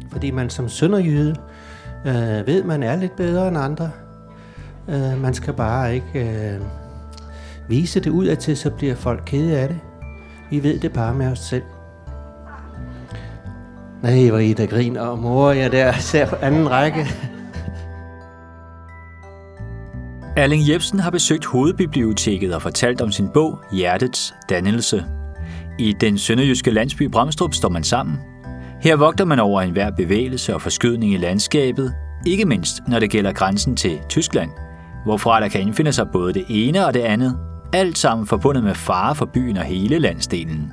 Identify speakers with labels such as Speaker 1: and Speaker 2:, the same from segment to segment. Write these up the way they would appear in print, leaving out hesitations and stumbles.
Speaker 1: fordi man som sønderjyde ved, man er lidt bedre end andre. Man skal bare ikke vise det udadtil, så bliver folk kede af det. Vi ved det bare med os selv. Nej, hvor I der griner, og mor, jeg der ser på anden række.
Speaker 2: Erling Jepsen har besøgt Hovedbiblioteket og fortalt om sin bog Hjertets Dannelse. I den sønderjyske landsby Bramstrup står man sammen. Her vogter man over enhver bevægelse og forskydning i landskabet, ikke mindst når det gælder grænsen til Tyskland, hvorfra der kan indfinde sig både det ene og det andet, alt sammen forbundet med fare for byen og hele landsdelen.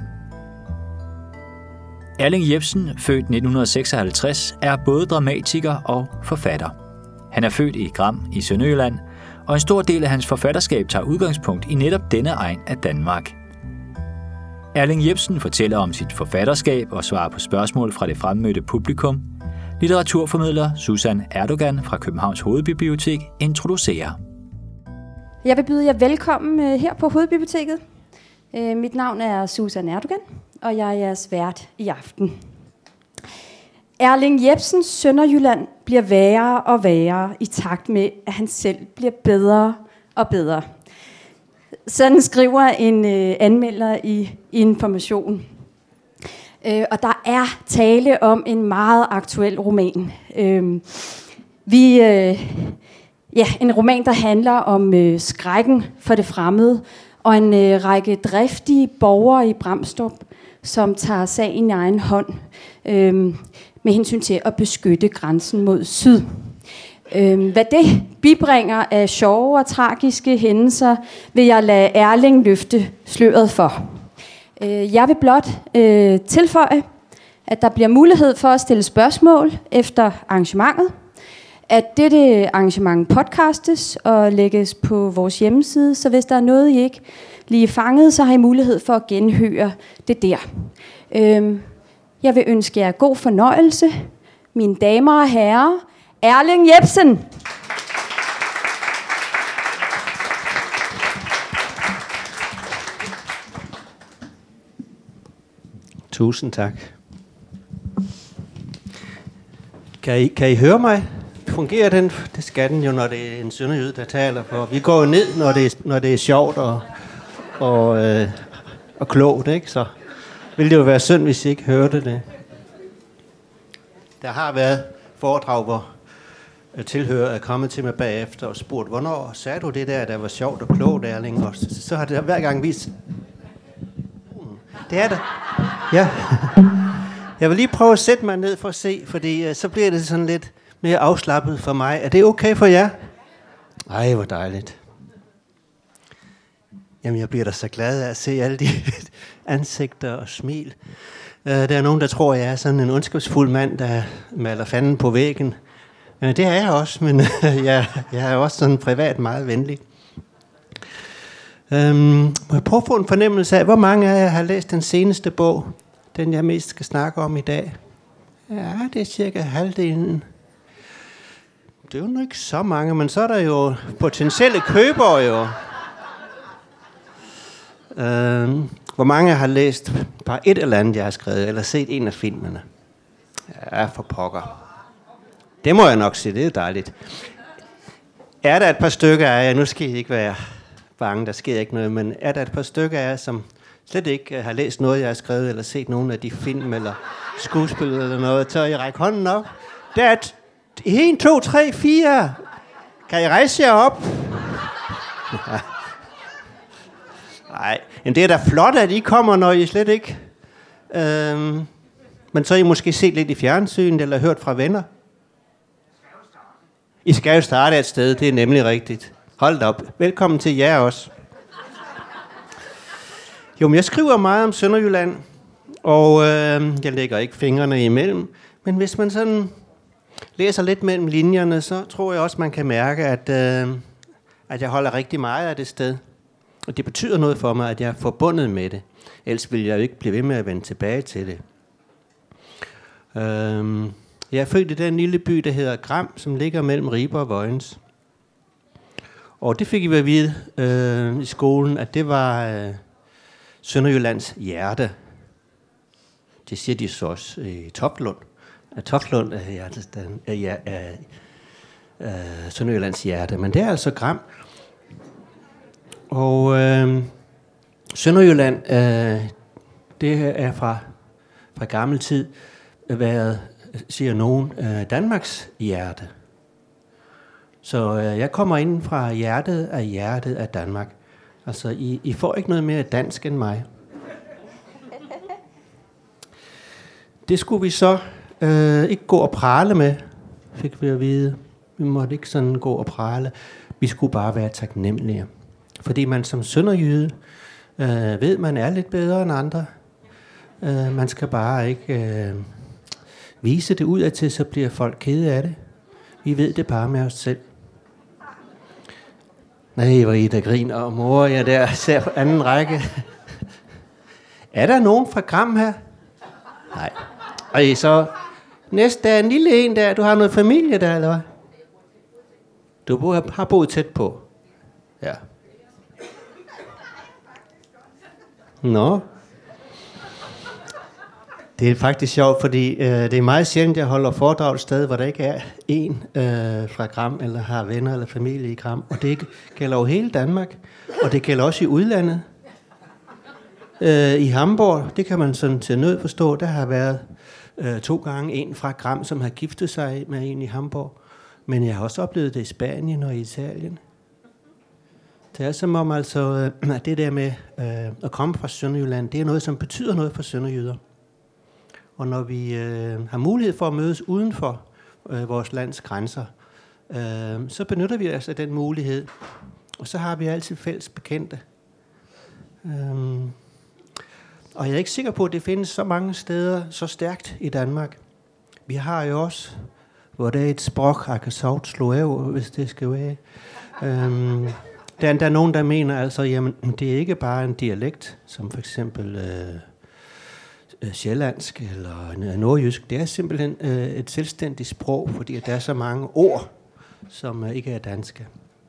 Speaker 2: Erling Jepsen, født 1956, er både dramatiker og forfatter. Han er født i Gram i Sønderjylland, og en stor del af hans forfatterskab tager udgangspunkt i netop denne egn af Danmark. Erling Jepsen fortæller om sit forfatterskab og svarer på spørgsmål fra det fremmødte publikum. Litteraturformidler Susan Erdogan fra Københavns Hovedbibliotek introducerer.
Speaker 3: Jeg vil byde jer velkommen her på Hovedbiblioteket. Mit navn er Susan Erdogan, og jeg er jeres vært i aften. Erling Jepsens Sønderjylland bliver værre og værre i takt med, at han selv bliver bedre og bedre. Sådan skriver en anmelder i Information. Og der er tale om en meget aktuel roman. En roman, der handler om skrækken for det fremmede, og en række driftige borgere i Bramstrup, som tager sagen i egen hånd med hensyn til at beskytte grænsen mod syd. Hvad det bibringer af sjove og tragiske hændelser, vil jeg lade Erling løfte sløret for. Jeg vil blot tilføje, at der bliver mulighed for at stille spørgsmål efter arrangementet, at dette arrangement podcastes og lægges på vores hjemmeside, så hvis der er noget, I ikke lige fanget, så har I mulighed for at genhøre det der. Jeg vil ønske jer god fornøjelse, mine damer og herrer. Erling Jepsen.
Speaker 1: Tusind tak. Kan I høre mig? Fungerer den? Det skal den jo, når det er en sønderjyde, der taler for. Vi går jo ned, når det er sjovt og klogt, ikke? Så ville det jo være synd, hvis I ikke hørte det. Der har været foredrag, hvor tilhører er kommet til mig bagefter og spurgt, hvornår sagde du det der var sjovt og klogt, Erling? Og så har det hver gang vist. Det er det. Ja. Jeg vil lige prøve at sætte mig ned for at se, fordi så bliver det sådan lidt mere afslappet for mig. Er det okay for jer? Ej, hvor dejligt. Jamen, jeg bliver da så glad af at se alle de ansigter og smil. Der er nogen, der tror, jeg er sådan en ondskabsfuld mand, der maler fanden på væggen. Det er jeg også, men jeg er også sådan privat meget venlig. Må jeg prøve at få en fornemmelse af, hvor mange af jer har læst den seneste bog, den jeg mest skal snakke om i dag? Ja, det er cirka halvdelen. Det er jo ikke så mange, men så er der jo potentielle købere jo. Hvor mange har læst bare et eller andet, jeg har skrevet, eller set en af filmene? Ja, for pokker. Det må jeg nok sige, det er dejligt. Er der et par stykker af jer, nu skal I ikke være bange, der sker ikke noget, men er der et par stykker af jer, som slet ikke har læst noget, jeg har skrevet, eller set nogle af de film, eller skuespil, eller noget, så I række hånden op? Der er 1, 2, 3, 4. Kan I rejse jer op? Nej, men det er da flot, at I kommer, når I slet ikke... men så har I måske set lidt i fjernsynet, eller hørt fra venner. I skal jo starte et sted, det er nemlig rigtigt. Hold op. Velkommen til jer også. Jo, men jeg skriver meget om Sønderjylland, og jeg lægger ikke fingrene imellem. Men hvis man sådan læser lidt mellem linjerne, så tror jeg også, man kan mærke, at jeg holder rigtig meget af det sted. Og det betyder noget for mig, at jeg er forbundet med det. Ellers vil jeg jo ikke blive ved med at vende tilbage til det. Jeg er født i den lille by, der hedder Gram, som ligger mellem Ribe og Vojens. Og det fik vi at vide i skolen, at det var Sønderjyllands hjerte. Det siger de så også i Toplund, Toftlund Sønderjyllands hjerte, men det er altså Gram. Og Sønderjylland, det er fra gammel tid været, siger nogen, Danmarks hjerte. Så jeg kommer ind fra hjertet af Danmark. Altså, I får ikke noget mere dansk end mig. Det skulle vi så ikke gå og prale med, fik vi at vide. Vi måtte ikke sådan gå og prale. Vi skulle bare være taknemmelige. Fordi man som sønderjyde ved, man er lidt bedre end andre. Man skal bare ikke vise det udadtil, så bliver folk kede af det. Vi ved det bare med os selv. Nej, hvor I der griner og mor, jeg der ser på anden række. Er der nogen fra Gram her? Nej. Og så næste er en lille en der. Du har noget familie der, eller hvad? Du har boet tæt på. Ja. Nå. Det er faktisk sjovt, fordi det er meget sjældent, jeg holder foredrag et sted, hvor der ikke er en fra Gram, eller har venner eller familie i Gram. Og det gælder jo hele Danmark, og det gælder også i udlandet. I Hamburg, det kan man sådan til nød forstå, der har været 2 gange en fra Gram, som har giftet sig med en i Hamburg. Men jeg har også oplevet det i Spanien og i Italien. Det er som om altså, at det der med at komme fra Sønderjylland, det er noget, som betyder noget for sønderjyder. Og når vi har mulighed for at mødes uden for vores lands grænser, så benytter vi altså den mulighed. Og så har vi altid fælles bekendte. Og jeg er ikke sikker på, at det findes så mange steder så stærkt i Danmark. Vi har jo også, hvor det er et sprog, jeg kan savt slå af, hvis det skal være. Der er nogen, der mener altså, jamen, det er ikke bare en dialekt, som for eksempel sjællandsk eller nordjysk. Det er simpelthen et selvstændigt sprog, fordi der er så mange ord, som ikke er danske.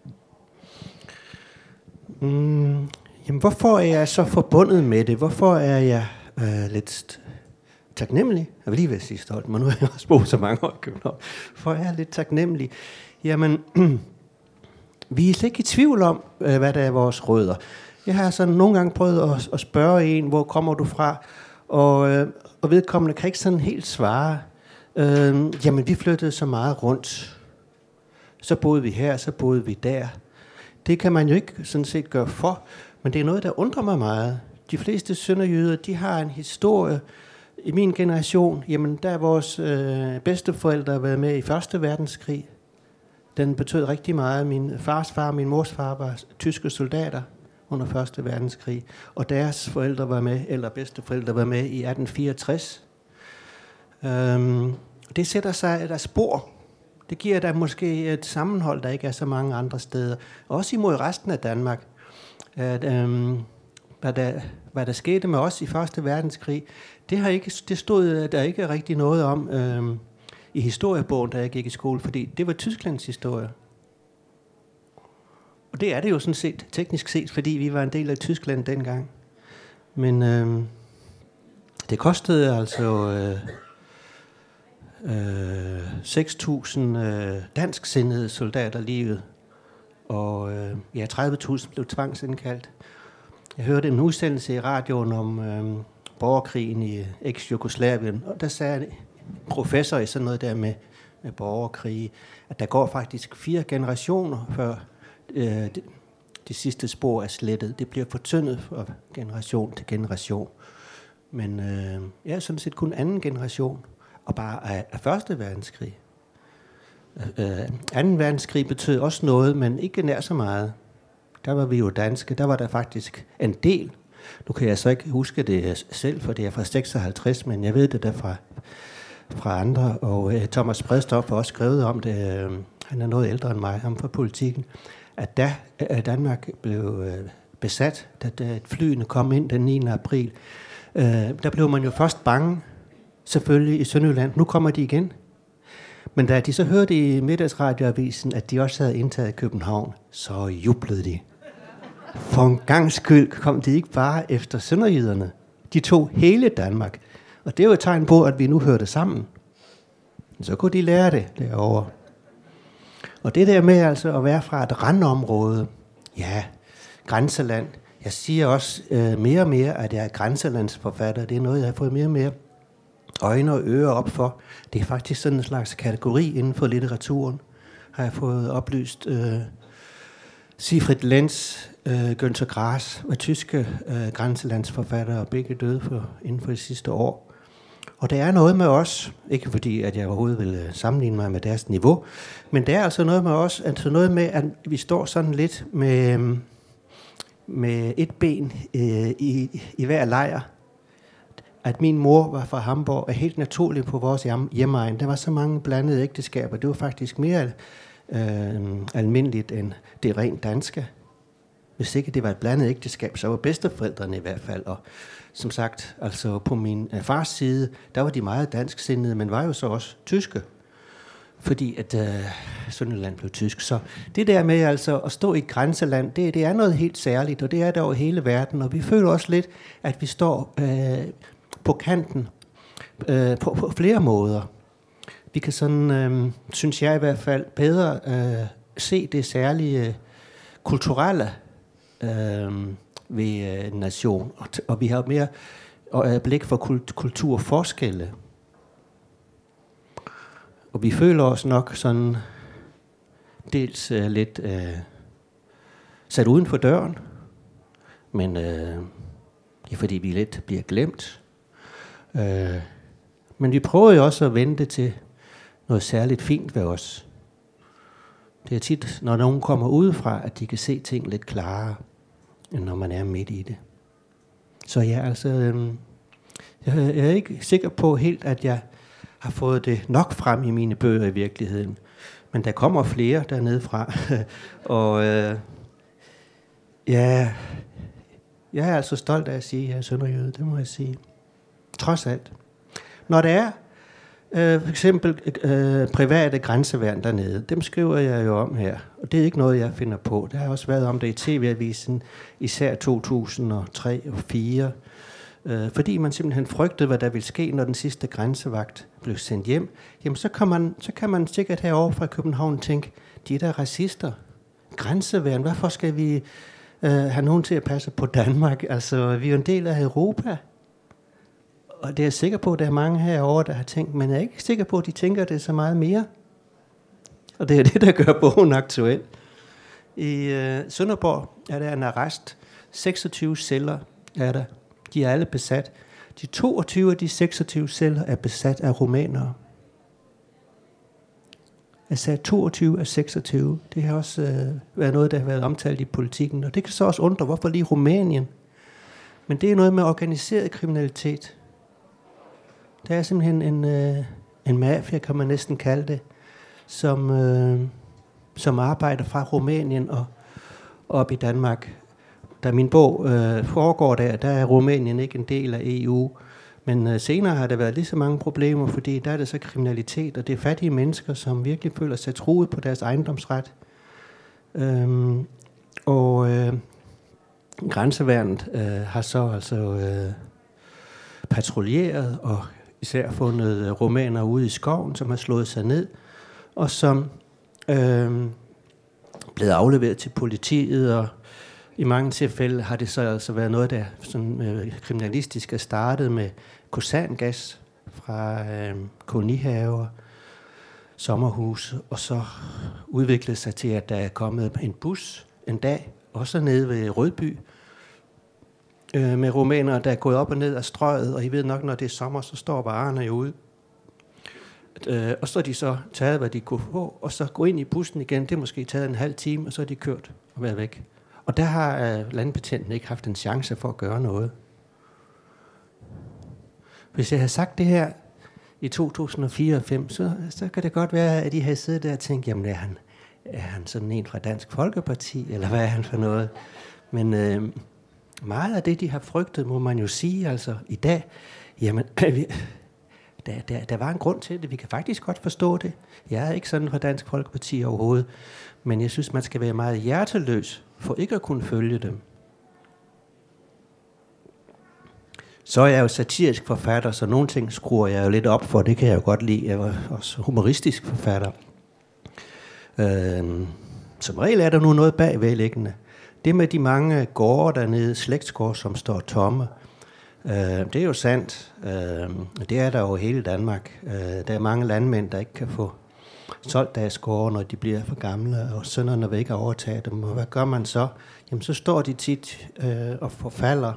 Speaker 1: Jamen, hvorfor er jeg så forbundet med det? Hvorfor er jeg lidt taknemmelig? Jeg vil lige ved at sige stolt, men nu har jeg også boet så mange år i København. Hvorfor er jeg lidt taknemmelig? Jamen, vi er slet ikke i tvivl om, hvad der er vores rødder. Jeg har sådan nogle gange prøvet at spørge en, hvor kommer du fra? Og vedkommende kan ikke sådan helt svare. Jamen, vi flyttede så meget rundt. Så boede vi her, så boede vi der. Det kan man jo ikke sådan set gøre for, men det er noget, der undrer mig meget. De fleste sønderjyder, de har en historie. I min generation, jamen, der er vores bedsteforældre været med i 1. verdenskrig. Den betød rigtig meget. Min fars far og min mors far var tyske soldater under 1. verdenskrig, og deres forældre var med, eller bedsteforældre var med i 1864. Det sætter sig der spor. Det giver der måske et sammenhold, der ikke er så mange andre steder. Også imod resten af Danmark. Hvad der skete med os i 1. verdenskrig, det stod der ikke rigtig noget om i historiebogen, da jeg gik i skole, fordi det var Tysklands historie. Og det er det jo sådan set, teknisk set, fordi vi var en del af Tyskland dengang. Men det kostede altså 6.000 dansksindede soldater livet, og 30.000 blev tvangsindkaldt. Jeg hørte en udsendelse i radioen om borgerkrigen i eks-Jugoslavien, og der sagde professor i sådan noget der med borgerkrige, at der går faktisk 4 generationer, før det sidste spor er slettet. Det bliver fortyndet fra generation til generation. Men jeg er sådan set kun 2. generation, og bare af 1. verdenskrig. 2. verdenskrig betød også noget, men ikke nær så meget. Der var vi jo danske, der var der faktisk en del. Nu kan jeg så ikke huske det selv, for det er fra 56, men jeg ved det der fra andre. Og Thomas Bredstof har også skrevet om det, han er noget ældre end mig, ham fra Politikken, at da Danmark blev besat, da flyene kom ind den 9. april, der blev man jo først bange, selvfølgelig i Sønderjylland. Nu kommer de igen. Men da de så hørte i Middagsradioavisen, at de også havde indtaget København, så jublede de. For en gangs skyld kom de ikke bare efter sønderjyderne. De tog hele Danmark. Og det er jo et tegn på, at vi nu hørte sammen. Så kunne de lære det derovre. Og det der med altså at være fra et randområde, ja, grænseland. Jeg siger også mere og mere, at jeg er grænselandsforfatter. Det er noget, jeg har fået mere og mere øjne og ører op for. Det er faktisk sådan en slags kategori inden for litteraturen, har jeg fået oplyst. Siegfried Lenz, Günter Grass var tyske grænselandsforfattere, og begge døde inden for det sidste år. Og det er noget med os, ikke fordi at jeg overhovedet vil sammenligne mig med deres niveau, men det er altså noget med os, altså noget med, at vi står sådan lidt med et ben i hver lejr. At min mor var fra Hamburg, er helt naturligt på vores hjemmeegn. Der var så mange blandede ægteskaber. Det var faktisk mere almindeligt end det rent danske. Hvis ikke det var et blandet ægteskab, så var bedsteforældrene i hvert fald. Og som sagt, altså på min fars side, der var de meget dansksindede, men var jo så også tyske. Fordi at Sønderjylland blev tysk. Så det der med altså at stå i et grænseland, det er noget helt særligt, og det er der over hele verden. Og vi føler også lidt, at vi står på kanten på flere måder. Vi kan sådan, synes jeg i hvert fald, bedre se det særlige kulturelle ved en nation. Og vi har mere blik for kulturforskelle. Og vi føler os nok sådan dels lidt sat uden for døren, men det er fordi vi lidt bliver glemt. Men vi prøver jo også at vente til noget særligt fint ved os. Det er tit, når nogen kommer udefra, at de kan se ting lidt klarere, end når man er midt i det. Så ja, altså, jeg er ikke sikker på helt, at jeg har fået det nok frem i mine bøger i virkeligheden. Men der kommer flere dernede fra. Og ja, jeg er altså stolt af at sige, at jeg er sønderjyde, det må jeg sige. Trods alt. Når der er for eksempel private grænseværn dernede, dem skriver jeg jo om her. Og det er ikke noget, jeg finder på. Der har også været om det i TV-avisen, især 2003 og 2004. Fordi man simpelthen frygtede, hvad der ville ske, når den sidste grænsevagt blev sendt hjem. Jamen, så kan man sikkert herovre fra København tænke, de er der racister. Grænseværn, hvorfor skal vi have nogen til at passe på Danmark? Altså, vi er jo en del af Europa. Og det er jeg sikker på, at der er mange herovre, der har tænkt, men jeg er ikke sikker på, at de tænker det så meget mere. Og det er det, der gør bogen aktuel. I Sønderborg er der en arrest. 26 celler er der. De er alle besat. De 22 af de 26 celler er besat af rumænere. Jeg sagde 22 af 26. Det har også været noget, der har været omtalt i politikken. Og det kan så også undre, hvorfor lige Rumænien? Men det er noget med organiseret kriminalitet. Der er simpelthen en mafia, kan man næsten kalde det, som arbejder fra Rumænien og op i Danmark. Da min bog foregår der er Rumænien ikke en del af EU. Men senere har der været lige så mange problemer, fordi der er det så kriminalitet, og det er fattige mennesker, som virkelig føler sig truet på deres ejendomsret. Grænseværnet har så altså patruljeret og især fundet rumænere ude i skoven, som har slået sig ned, og som blevet afleveret til politiet, og i mange tilfælde har det så altså været noget, der sådan, kriminalistisk er startet med kosangas fra kolonihaver, sommerhuse, og så udviklede sig til, at der er kommet en bus en dag, også nede ved Rødby, med rumænere, der er gået op og ned af strøget, og I ved nok, når det er sommer, så står varerne jo ude. Og så har de så taget, hvad de kunne få, og så gå ind i bussen igen. Det er måske taget en halv time, og så er de kørt og været væk. Og der har landbetjenten ikke haft en chance for at gøre noget. Hvis jeg havde sagt det her i 2004 og 2005, så kan det godt være, at de havde siddet der og tænkt, jamen er han sådan en fra Dansk Folkeparti, eller hvad er han for noget? Men meget af det, de har frygtet, må man jo sige, altså i dag, jamen, der var en grund til det. Vi kan faktisk godt forstå det. Jeg er ikke sådan fra Dansk Folkeparti overhovedet, men jeg synes, man skal være meget hjerteløs for ikke at kunne følge dem. Så er jeg jo satirisk forfatter, så nogle ting skruer jeg jo lidt op for. Det kan jeg jo godt lide. Jeg var også humoristisk forfatter. Som regel er der nu noget bagvedliggende. Det med de mange gårde dernede, slægtsgårde, som står tomme, det er jo sandt. Det er der jo hele Danmark. Der er mange landmænd, der ikke kan få solgt deres gårde, når de bliver for gamle, og sønnerne vil ikke overtage dem. Og hvad gør man så? Jamen, så står de tit og forfalder.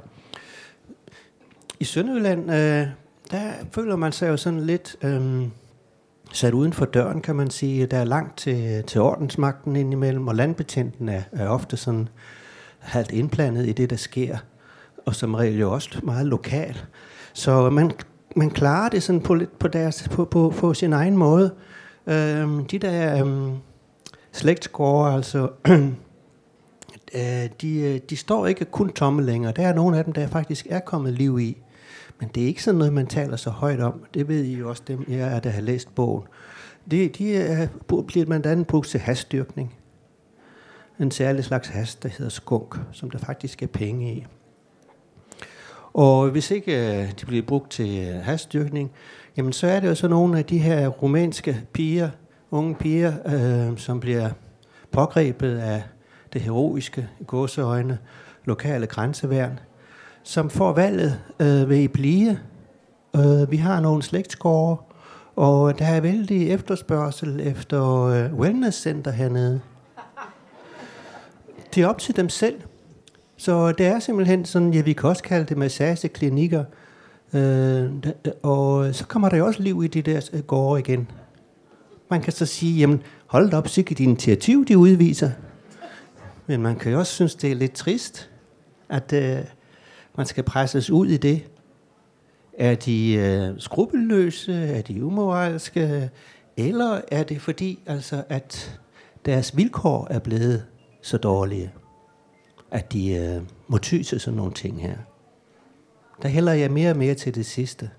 Speaker 1: I Sønderjylland, der føler man sig jo sådan lidt sat uden for døren, kan man sige. Der er langt til ordensmagten indimellem, og landbetjenten er ofte sådan halvt indblandet i det, der sker, og som regel jo også meget lokal. Så man klarer det sådan på sin egen måde. De der slægtsgårde, altså, de står ikke kun tomme længere. Der er nogle af dem, der faktisk er kommet liv i. Men det er ikke sådan noget, man taler så højt om. Det ved I jo også, dem jeg der har læst bogen. De bliver blandt andet brugt til hashstyrkning. En særlig slags hash, der hedder skunk, som der faktisk er penge i. Og hvis ikke de bliver brugt til hashstyrkning, jamen så er det jo så nogle af de her rumænske piger, unge piger, som bliver pågrebet af det heroiske gåseøjne lokale grænseværn, som får valget, vil I blive? Vi har nogle slægtsgårde, og der er vældig efterspørgsel efter wellnesscenter hernede. Det er op til dem selv. Så det er simpelthen sådan, ja, vi kan også kalde det massageklinikker. Og så kommer der jo også liv i de der gårde igen. Man kan så sige, jamen hold da op, sikkert initiativ, de udviser. Men man kan jo også synes, det er lidt trist, at man skal presses ud i det. Er de skrupelløse? Er de umoralske? Eller er det fordi, altså, at deres vilkår er blevet så dårlige, at de må ty til sådan nogle ting her? Der hælder jeg mere og mere til det sidste.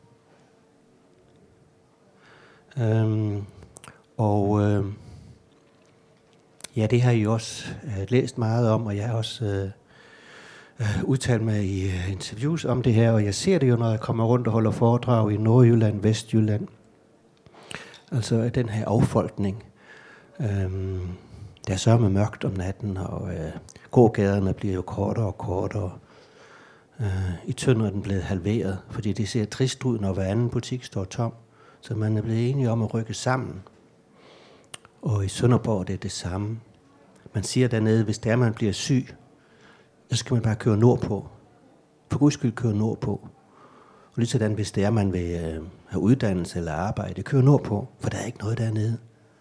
Speaker 1: Ja, det har I også læst meget om, og jeg har også udtalt mig i interviews om det her, og jeg ser det jo, når jeg kommer rundt og holder foredrag i Nordjylland, Vestjylland. Altså den her affolkning. Der er sørme mørkt om natten, og gågaderne bliver jo kortere og kortere. I Tønder er den blevet halveret, fordi det ser trist ud, når hver anden butik står tom. Så man er blevet enige om at rykke sammen. Og i Sønderborg det er det samme. Man siger dernede, hvis det er, man bliver syg, så skal man bare køre nordpå. For guds skyld køre nordpå. Og lige sådan, hvis det er, man vil have uddannelse eller arbejde, køre nordpå, for der er ikke noget dernede.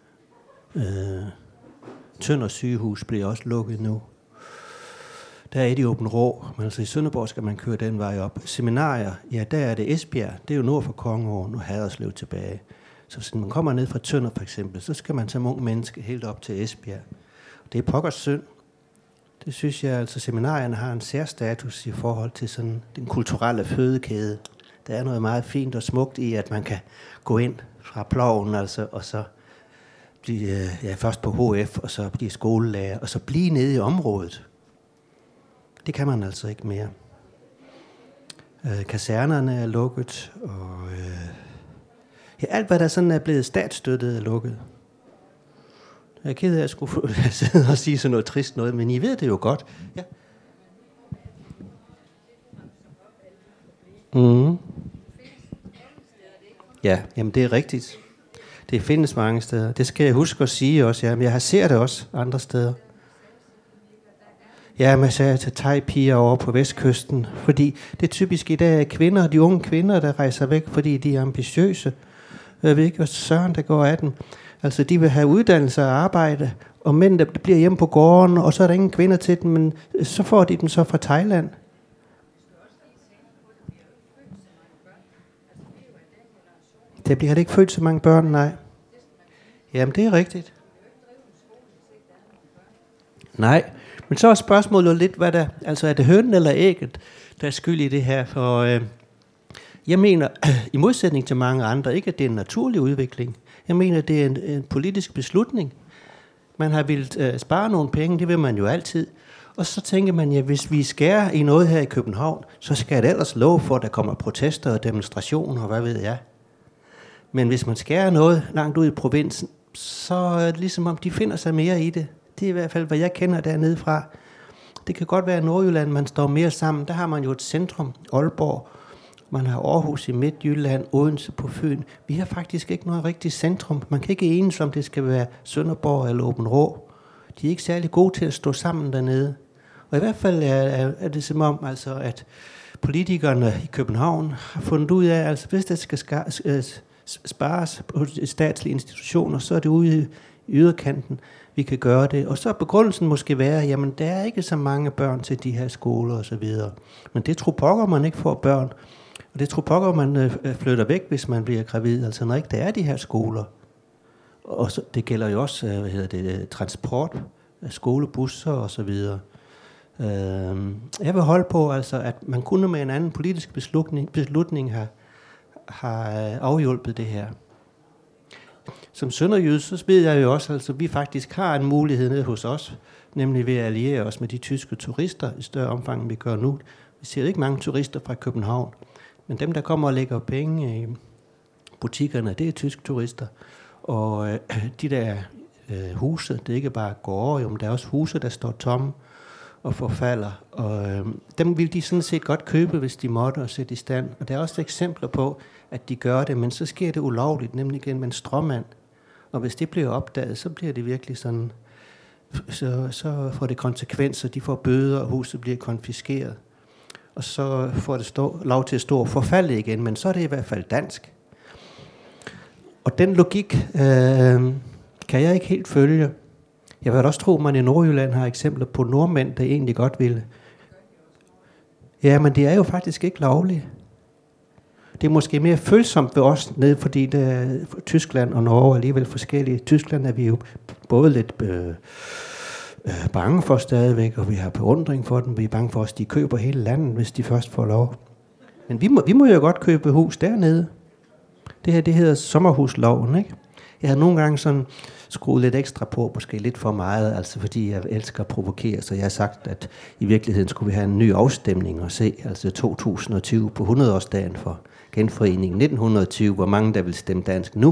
Speaker 1: Tønder sygehus bliver også lukket nu. Der er et i Åben Rå, men altså i Sønderborg skal man køre den vej op. Seminarier, ja, der er det Esbjerg, det er jo nord for Kongeå, nu Haderslev tilbage. Så hvis man kommer ned fra Tønder for eksempel, så skal man som ung menneske helt op til Esbjerg. Det er pokkers synd. Det synes jeg, altså seminarierne har en særstatus i forhold til sådan den kulturelle fødekæde. Der er noget meget fint og smukt i, at man kan gå ind fra ploven, altså, og så blive først på HF, og så blive skolelærer, og så blive nede i området. Det kan man altså ikke mere. Kasernerne er lukket, og alt hvad der sådan er blevet statsstøttet er lukket. Jeg er ked af, at jeg skulle sidde og sige sådan noget trist noget, men I ved det jo godt. Ja. Ja, jamen det er rigtigt. Det findes mange steder. Det skal jeg huske at sige også, ja. Men jeg har set det også andre steder. Ja, man sagde til thai-piger over på vestkysten, fordi det er typisk i dag kvinder, de unge kvinder, der rejser væk, fordi de er ambitiøse. Jeg ved ikke, hvad søren der går af dem. Altså, de vil have uddannelse og arbejde, og mænd, der bliver hjemme på gården, og så er der ingen kvinder til dem, men så får de dem så fra Thailand. Der bliver ikke født så mange børn, nej. Jamen, det er rigtigt. Nej, men så er spørgsmålet lidt, hvad der, altså er det hønen eller ægget, der er skyld i det her, for jeg mener, i modsætning til mange andre, ikke at det er en naturlig udvikling. Jeg mener, det er en politisk beslutning. Man har villet spare nogle penge, det vil man jo altid. Og så tænker man, ja, hvis vi skærer i noget her i København, så skal det ellers love for, at der kommer protester og demonstrationer, og hvad ved jeg. Men hvis man skærer noget langt ud i provinsen, så er det ligesom om, de finder sig mere i det. Det er i hvert fald, hvad jeg kender dernede fra. Det kan godt være Nordjylland, man står mere sammen. Der har man jo et centrum, Aalborg. Man har Aarhus i Midtjylland, Odense på Fyn. Vi har faktisk ikke noget rigtigt centrum. Man kan ikke enes om, det skal være Sønderborg eller Aabenraa. De er ikke særlig gode til at stå sammen dernede. Og i hvert fald er det som om, altså, at politikerne i København har fundet ud af, altså hvis der skal spares på statslige institutioner, så er det ude i yderkanten, vi kan gøre det. Og så er begrundelsen måske være, jamen der er ikke så mange børn til de her skoler og så videre. Men det tror pokker man ikke får børn. Og det tror pokker man flytter væk, hvis man bliver gravid. Altså når ikke der er de her skoler. Og så, det gælder jo også, transport, skolebusser og så videre. Jeg vil holde på, altså, at man kunne med en anden politisk beslutning har afhjulpet det her. Som sønderjyde, så ved jeg jo også, altså, at vi faktisk har en mulighed nede hos os, nemlig ved at alliere os med de tyske turister i større omfang, end vi gør nu. Vi ser ikke mange turister fra København, men dem, der kommer og lægger penge i butikkerne, det er tyske turister. Og de der huse, det er ikke bare gårde, men der er også huse, der står tomme og forfalder. Og dem vil de sådan set godt købe, hvis de måtte, og sætte i stand. Og der er også eksempler på, at de gør det, men så sker det ulovligt, nemlig igen med en stråmand. Og hvis det bliver opdaget, så bliver det virkelig sådan, så får det konsekvenser. De får bøder, og huset bliver konfiskeret. Og så får det lov til at stå og forfalde igen, men så er det i hvert fald dansk. Og den logik kan jeg ikke helt følge. Jeg vil også tro, at man i Nordjylland har eksempler på nordmænd, der egentlig godt ville. Ja, men det er jo faktisk ikke lovligt. Det er måske mere følsomt ved os ned, fordi det er Tyskland og Norge er alligevel forskellige. I Tyskland er vi jo både lidt bange for stadigvæk, og vi har beundring for dem. Vi er bange for os, de køber hele landet, hvis de først får lov. Men vi må jo godt købe hus dernede. Det her, det hedder sommerhusloven, ikke? Jeg har nogle gange sådan skruet lidt ekstra på, måske lidt for meget, altså fordi jeg elsker at provokere, så jeg har sagt, at i virkeligheden skulle vi have en ny afstemning og se, altså 2020 på 100-årsdagen for genforeningen 1920, hvor mange der vil stemme dansk nu.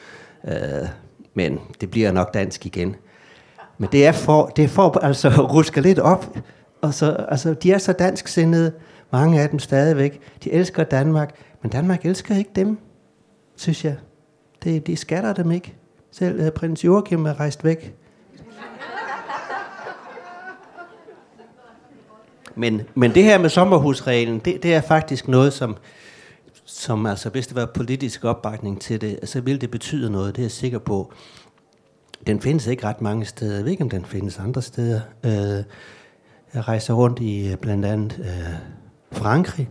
Speaker 1: Men det bliver nok dansk igen. Men det er for altså at ruske lidt op, og så, altså de er så dansksindede, mange af dem stadigvæk, de elsker Danmark, men Danmark elsker ikke dem, synes jeg. De skatter dem ikke. Selv prins Joachim er rejst væk. Men det her med sommerhusreglen, det er faktisk noget, som altså, hvis det var politisk opbakning til det, så ville det betyde noget, det er jeg sikker på. Den findes ikke ret mange steder. Jeg ved ikke, om den findes andre steder. Jeg rejser rundt i blandt andet Frankrig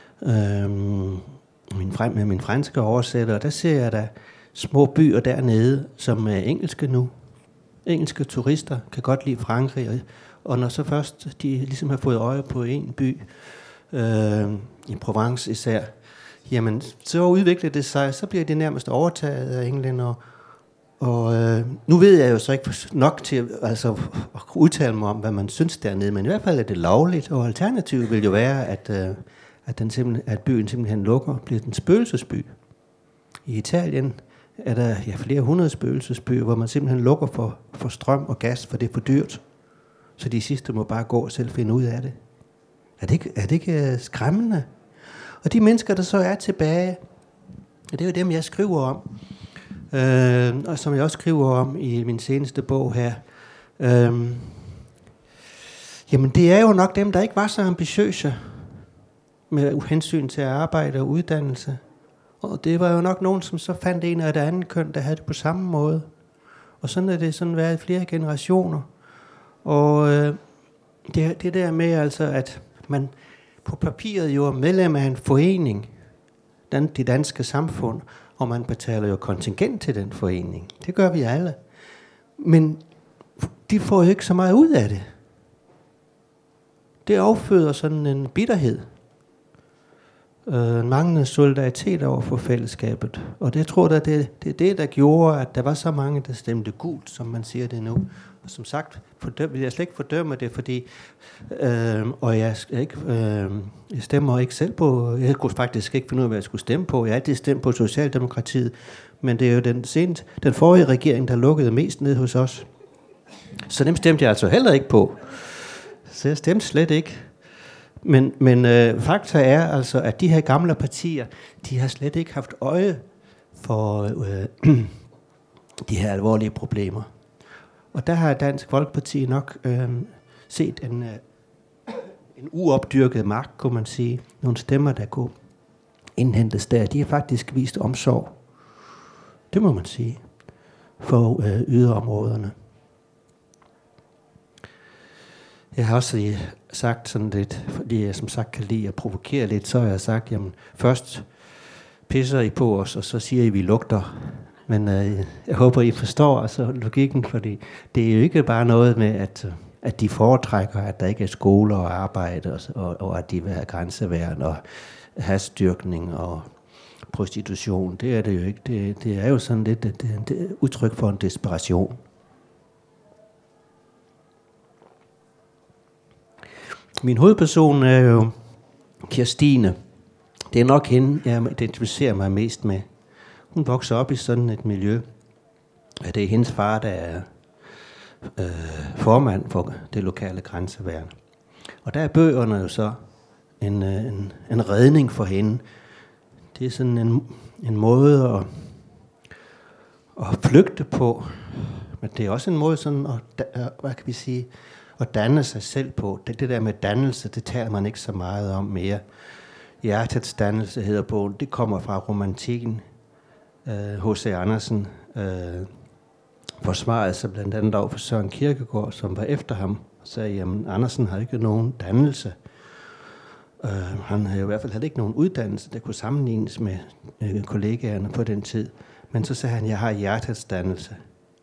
Speaker 1: med min franske oversætter, og der ser jeg da små byer dernede, som er engelske nu. Engelske turister kan godt lide Frankrig, og når så først de ligesom har fået øje på en by, i Provence især, jamen så udvikler det sig, så bliver det nærmest overtaget af englændere. Og nu ved jeg jo så ikke nok til altså, at udtale mig om, hvad man synes dernede, men i hvert fald er det lovligt, og alternativet vil jo være, at byen simpelthen lukker, bliver den spøgelsesby. I Italien er der flere hundrede spøgelsesbyer, hvor man simpelthen lukker for strøm og gas, for det er for dyrt. Så de sidste må bare gå og selv finde ud af det. Er det ikke skræmmende? Og de mennesker, der så er tilbage, det er jo dem, jeg skriver om. Og som jeg også skriver om i min seneste bog her. Jamen det er jo nok dem, der ikke var så ambitiøse med hensyn til arbejde og uddannelse. Og det var jo nok nogen, som så fandt en af det andet køn, der havde det på samme måde. Og sådan er det sådan været i flere generationer. Og det der med altså, at man på papiret jo er medlem af en forening, det danske samfund, og man betaler jo kontingent til den forening. Det gør vi alle. Men de får jo ikke så meget ud af det. Det afføder sådan en bitterhed. manglende solidaritet over for fællesskabet. Og det tror jeg, det er det, der gjorde, at der var så mange, der stemte gult, som man siger det nu. Og som sagt, vil jeg slet ikke fordømme det, fordi og jeg stemmer ikke selv på, jeg kunne faktisk ikke finde ud af, hvad jeg skulle stemme på. Jeg har altid stemt på Socialdemokratiet, men det er jo den forrige regering, der lukkede mest ned hos os. Så dem stemte jeg altså heller ikke på. Så jeg stemte slet ikke. Men fakta er altså, at de her gamle partier, de har slet ikke haft øje for de her alvorlige problemer. Og der har Dansk Folkeparti nok set en uopdyrket magt, kunne man sige. Nogle stemmer, der kunne indhentes der. De har faktisk vist omsorg. Det må man sige. For yderområderne. Jeg har også sagt sådan lidt, fordi jeg som sagt kan lide at provokere lidt, så har jeg sagt, jamen først pisser I på os, og så siger I, at vi lugter. Men jeg håber, I forstår altså logikken, fordi det er jo ikke bare noget med, at de foretrækker, at der ikke er skoler og arbejde, og at de vil have grænseværn og hashstyrkning og prostitution. Det er det jo ikke. Det er jo sådan lidt et udtryk for en desperation. Min hovedperson er jo Kirstine. Det er nok hende, jeg identificerer mig mest med. Hun vokser op i sådan et miljø. Det er hendes far, der er formand for det lokale grænseværn. Og der er bøgerne jo så en redning for hende. Det er sådan en måde at flygte på. Men det er også en måde sådan hvad kan vi sige, at danne sig selv på. Det der med dannelse, det taler man ikke så meget om mere. Hjertets dannelse hedder bogen. Det kommer fra romantikken. H.C. Andersen forsvarede sig blandt andet over for Søren Kierkegaard, som var efter ham, og sagde, jamen Andersen har ikke nogen dannelse. Han havde i hvert fald ikke nogen uddannelse, der kunne sammenlignes med kollegaerne på den tid. Men så sagde han, jeg har hjertets dannelse.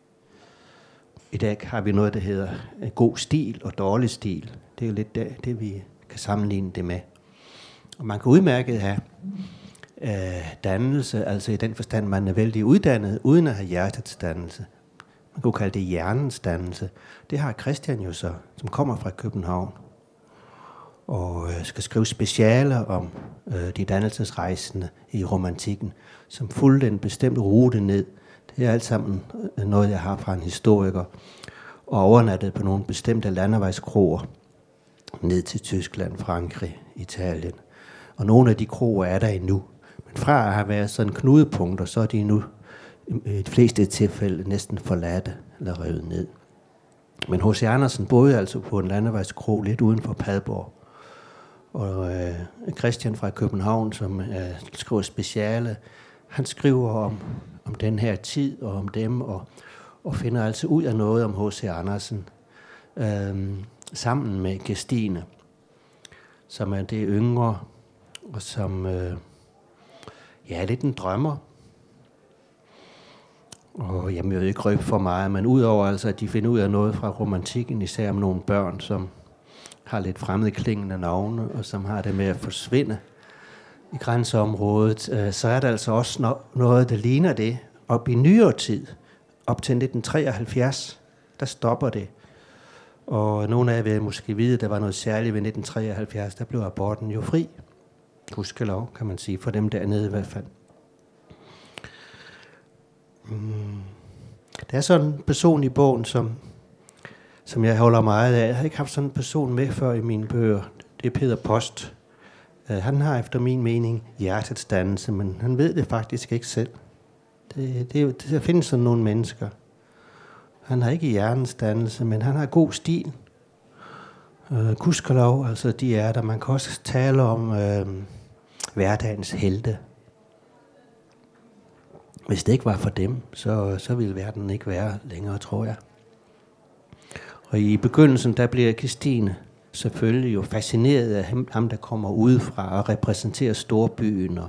Speaker 1: I dag har vi noget, der hedder god stil og dårlig stil. Det er jo lidt det, vi kan sammenligne det med. Og man kan udmærket have dannelse, altså i den forstand, man er vældig uddannet, uden at have hjertets dannelse. Man kunne kalde det hjernens dannelse. Det har Christian jo så, som kommer fra København, og skal skrive specialer om de dannelsesrejsende i romantikken, som fulgte en bestemt rute ned. Det er alt sammen noget, jeg har fra en historiker, og overnattet på nogle bestemte landevejskroer ned til Tyskland, Frankrig, Italien. Og nogle af de kroer er der endnu. Men fra at have været sådan knudepunkter, så er de nu i de fleste tilfælde næsten forladte eller revet ned. Men H.C. Andersen boede altså på en landevejskro lidt uden for Padborg. Og Christian fra København, som skriver speciale, han skriver om den her tid og om dem, og finder altså ud af noget om H.C. Andersen, sammen med Kirstine, som er det yngre, og som er lidt en drømmer. Og jeg vil ikke røbe for meget, men udover altså, at de finder ud af noget fra romantikken, især om nogle børn, som har lidt fremmedklingende navne, og som har det med at forsvinde i grænseområdet, så er der altså også noget, der ligner det. Op i nyere tid, op til 1973, der stopper det. Og nogle af jer vil måske vide, at der var noget særligt ved 1973, der blev aborten jo fri. Gudskelov, kan man sige, for dem dernede i hvert fald. Der er sådan en person i bogen, som jeg holder meget af. Jeg har ikke haft sådan en person med før i mine bøger. Det er Peter Post. Han har efter min mening hjertets dannelse, men han ved det faktisk ikke selv. Der findes sådan nogle mennesker. Han har ikke hjernens dannelse, men han har god stil. Gudskelov, altså de er der. Man kan også tale om hverdagens helte. Hvis det ikke var for dem, så ville verden ikke være længere, tror jeg. Og i begyndelsen, der bliver Kirstine selvfølgelig jo fascineret af ham, der kommer udefra og repræsenterer storbyen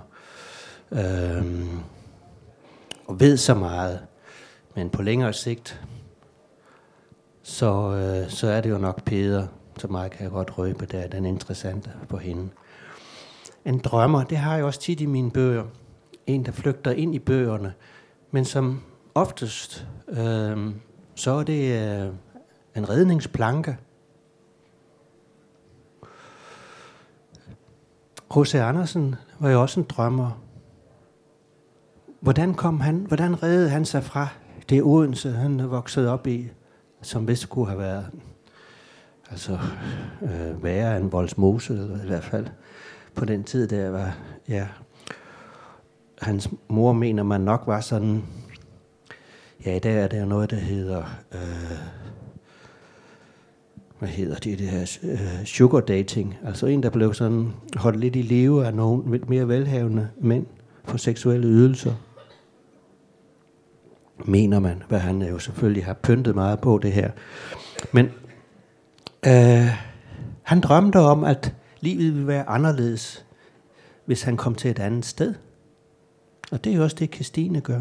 Speaker 1: og ved så meget. Men på længere sigt, så er det jo nok Peder, så meget kan jeg godt røbe, der er den interessante for hende. En drømmer, det har jeg også tit i mine bøger. En, der flygter ind i bøgerne. Men som oftest, så er det en redningsplanke. H.C. Andersen var jo også en drømmer. Hvordan reddede han sig fra det Odense, han voksede op i, som vist kunne have været værre end Vollsmose, eller i hvert fald på den tid, der var, ja. Hans mor mener man nok var sådan, ja, i dag er der noget, der hedder, hvad hedder det her, sugar dating, altså en, der blev sådan holdt lidt i live af nogle lidt mere velhavende mænd for seksuelle ydelser. Mener man, hvad han jo selvfølgelig har pyntet meget på det her. Men han drømte om, at livet ville være anderledes, hvis han kom til et andet sted. Og det er jo også det, Kirstine gør.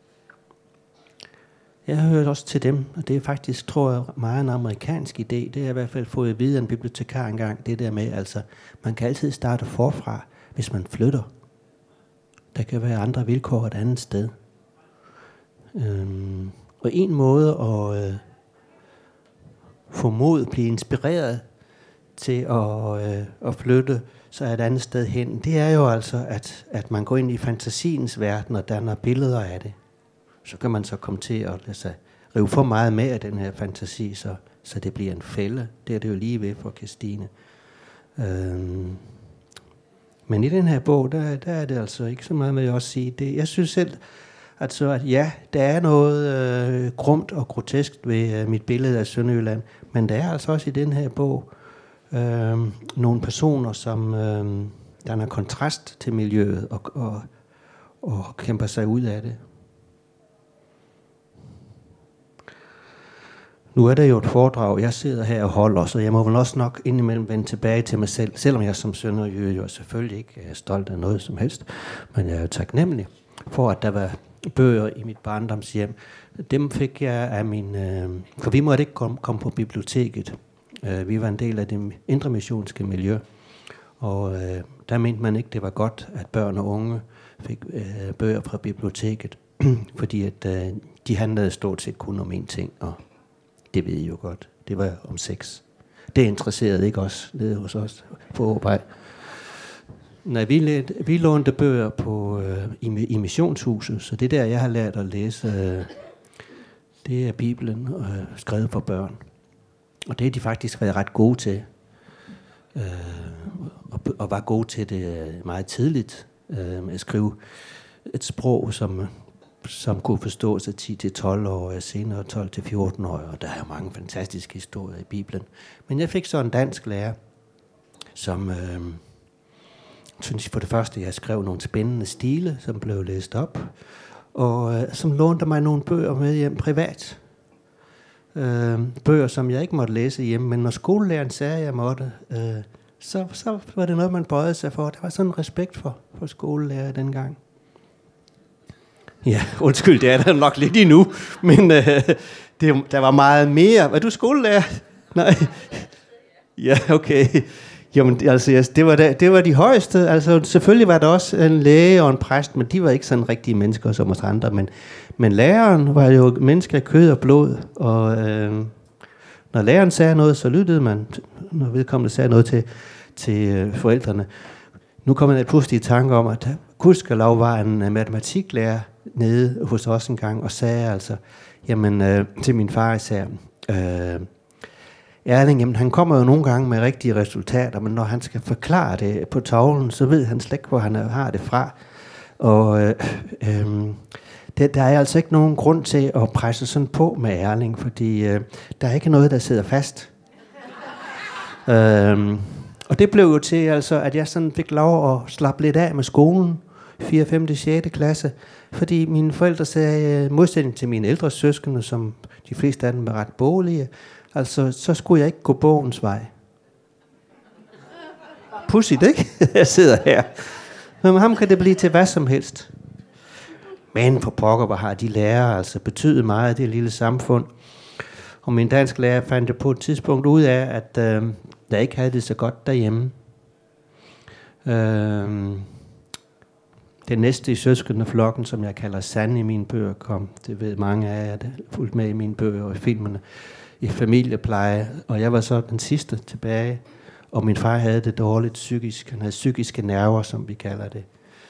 Speaker 1: Jeg har hørt også til dem, og det er faktisk, tror jeg, meget en amerikansk idé. Det har jeg i hvert fald fået at vide af en bibliotekar engang, det der med, altså, man kan altid starte forfra, hvis man flytter. Der kan være andre vilkår et andet sted. Og en måde at få mod, blive inspireret til at flytte så et andet sted hen, det er jo altså, at man går ind i fantasiens verden og danner billeder af det. Så kan man så komme til at lade sig rive for meget med af den her fantasi, så det bliver en fælde. Det er det jo lige ved for Kirstine. Men i den her bog, der er det altså ikke så meget med at også sige det. Jeg synes selv, at ja, der er noget grumt og grotesk ved mit billede af Sønderjylland, men der er altså også i den her bog nogle personer, som danner kontrast til miljøet og kæmper sig ud af det. Nu er der jo et foredrag, jeg sidder her og holder, så jeg må vel også nok indimellem vende tilbage til mig selv, selvom jeg som sønderjyde jo selvfølgelig ikke er stolt af noget som helst, men jeg er jo taknemmelig for, at der var bøger i mit barndomshjem. Dem fik jeg af for vi måtte ikke komme på biblioteket. Vi var en del af det indremissionske miljø, og der mente man ikke, det var godt, at børn og unge fik bøger fra biblioteket, fordi at de handlede stort set kun om én ting, og det ved I jo godt. Det var om sex. Det interesserede ikke os, nede hos os på Åbej. Nej, vi lånte bøger i missionshuset, så det der, jeg har lært at læse, det er Bibelen, skrevet for børn. Og det har de faktisk været ret gode til. Og var gode til det meget tidligt. At skrive et sprog, som kunne forstås af 10-12 år, senere 12-14 år, og der er jo mange fantastiske historier i Bibelen. Men jeg fik så en dansk lærer, som synes for det første, jeg skrev nogle spændende stile, som blev læst op, og som lånte mig nogle bøger med hjem privat. Bøger, som jeg ikke måtte læse hjemme, men når skolelæreren sagde, at jeg måtte, så var det noget, man bøjede sig for. Der var sådan en respekt for skolelærer dengang. Ja, undskyld, det er der nok lidt endnu, men der var meget mere. Var du skolelærer? Nej. Ja, okay. Jamen, altså, det var de højeste. Altså, selvfølgelig var der også en læge og en præst, men de var ikke sådan rigtige mennesker som os andre. Men læreren var jo mennesker af kød og blod, og når læreren sagde noget, så lyttede man, når vedkommende sagde noget til forældrene. Nu kommer jeg pludselig i tanke om, at gudskelov var en matematiklærer nede hos os en gang, og sagde altså, jamen, til min far især, Erling, jamen, han kommer jo nogle gange med rigtige resultater, men når han skal forklare det på tavlen, så ved han slet ikke, hvor han har det fra. Og der er altså ikke nogen grund til at presse sådan på med Erling, fordi der er ikke noget, der sidder fast. Og det blev jo til, altså, at jeg sådan fik lov at slappe lidt af med skolen, 4., 5., 6. klasse, fordi mine forældre sagde, modsætning til mine ældre søskende, som de fleste af dem var ret boglige, altså, så skulle jeg ikke gå bogens vej. Pudsigt, ikke? Jeg sidder her. Men med ham kan det blive til hvad som helst. Men på pokker, hvor har de lærere altså betydet meget af det lille samfund. Og min dansk lærer fandt det på et tidspunkt ud af, at der ikke havde det så godt derhjemme. Den næste i søskendeflokken, som jeg kalder Sand i mine bøger, kom. Det ved mange af jer, der fulgte med i mine bøger og i filmene. I familiepleje, og jeg var så den sidste tilbage. Og min far havde det dårligt psykisk. Han havde psykiske nerver, som vi kalder det.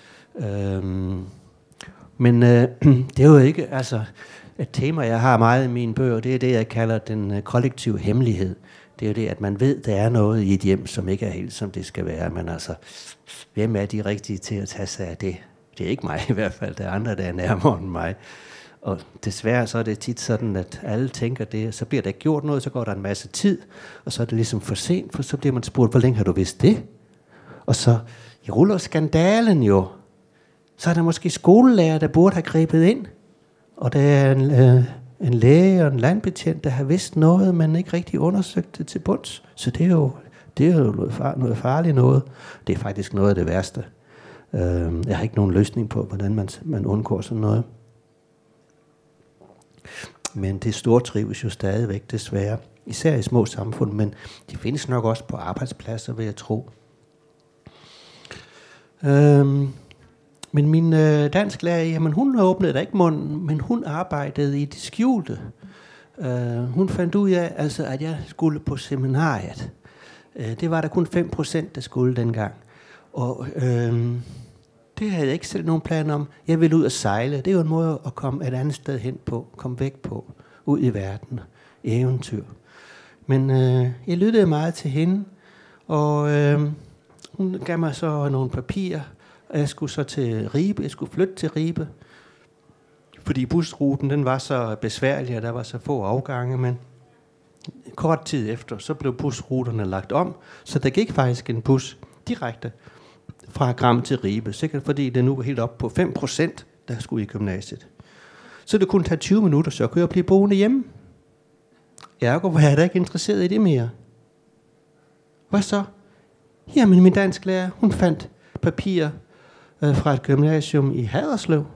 Speaker 1: Men det er jo ikke et tema, jeg har meget i mine bøger. Det er det, jeg kalder den kollektive hemmelighed. Det er jo det, at man ved, der er noget i et hjem, som ikke er helt, som det skal være. Men hvem er de rigtige til at tage sig af det? Det er ikke mig i hvert fald. Der er andre, der er nærmere end mig. Og desværre så er det tit sådan, at alle tænker det, så bliver der ikke gjort noget, så går der en masse tid, og så er det ligesom for sent, for så bliver man spurgt, hvor længe har du vidst det? Og så ruller skandalen jo. Så er der måske skolelærer, der burde have grebet ind, og der er en læge og en landbetjent, der har vidst noget, men ikke rigtig undersøgt det til bunds. Så det er jo noget farligt noget. Det er faktisk noget af det værste. Jeg har ikke nogen løsning på, hvordan man undgår sådan noget. Men det stortrives jo stadigvæk desværre, især i små samfund, men de findes nok også på arbejdspladser, vil jeg tro. Men min dansklærer, jamen hun åbnede da ikke munden, men hun arbejdede i det skjulte. Hun fandt ud af, at jeg skulle på seminariet. Det var der kun 5%, der skulle dengang. Og det havde jeg ikke selv nogen plan om. Jeg ville ud og sejle. Det er jo en måde at komme et andet sted hen på, komme væk på, ud i verden, eventyr. Men jeg lyttede meget til hende, og hun gav mig så nogle papirer, og jeg skulle så til Ribe. Jeg skulle flytte til Ribe, fordi busruten den var så besværlig, og der var så få afgange, men kort tid efter, så blev busruterne lagt om, så der gik faktisk en bus direkte fra Gram til Ribe, sikkert fordi det nu var helt op på 5%, der skulle i gymnasiet. Så det kunne tage 20 minutter, så kunne jeg blive boende hjemme. Ergo var jeg da ikke interesseret i det mere. Hvad så? Jamen min dansklærer, hun fandt papirer fra et gymnasium i Haderslev,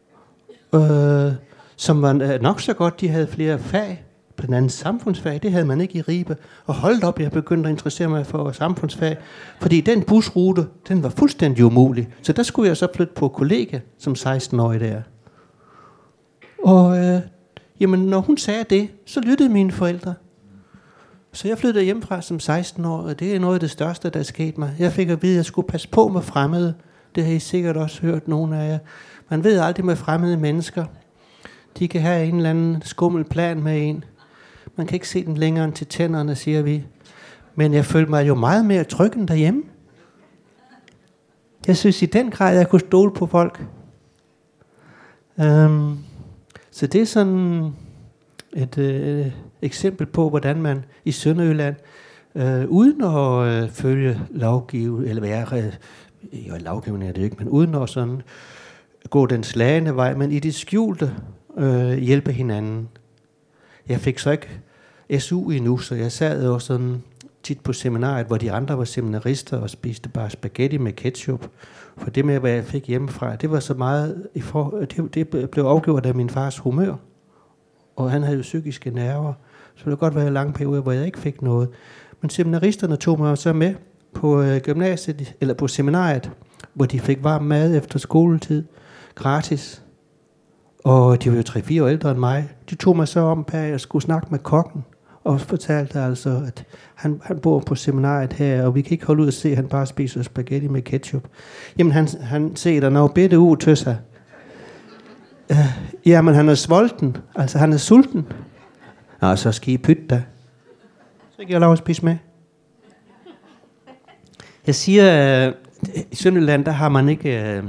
Speaker 1: som var nok så godt, de havde flere fag, blandt andet samfundsfag, det havde man ikke i Ribe. Og holdt op, jeg begyndte at interessere mig for samfundsfag, fordi den busrute, den var fuldstændig umulig. Så der skulle jeg så flytte på kollega som 16-årig der. Og jamen, når hun sagde det, så lyttede mine forældre. Så jeg flyttede hjemmefra som 16-årig, og det er noget af det største, der er sket mig. Jeg fik at vide, at jeg skulle passe på med fremmede. Det har I sikkert også hørt, nogle af jer. Man ved aldrig med fremmede mennesker. De kan have en eller anden skummel plan med en. Man kan ikke se dem længere end til tænderne, siger vi. Men jeg følte mig jo meget mere tryg end derhjemme. Jeg synes i den grad, jeg kunne stole på folk. Så det er sådan et eksempel på, hvordan man i Sønderjylland, uden at følge lovgivning, eller være lovgivning er det ikke, men uden at sådan gå den slagende vej, men i det skjulte hjælpe hinanden. Jeg fik så ikke SU endnu, så jeg sad jo sådan tit på seminariet, hvor de andre var seminarister og spiste bare spaghetti med ketchup. For det med, hvad jeg fik hjemmefra, det var så meget, det blev afgjort af min fars humør. Og han havde jo psykiske nerver, så det kunne godt være en lang periode, hvor jeg ikke fik noget. Men seminaristerne tog mig så med på gymnasiet, eller på seminariet, hvor de fik varm mad efter skoletid, gratis. Og de var jo 3-4 år ældre end mig. De tog mig så om, at jeg skulle snakke med kokken, og fortalte altså, at han bor på seminariet her, og vi kan ikke holde ud og se, at han bare spiser spaghetti med ketchup. Jamen, han ser der noget bitte ud til sig. Jamen, han er svolten, altså han er sulten. Nå, så skal I pytte da. Så kan jeg lov at spise med. Jeg siger, i Sønderjylland, der har man ikke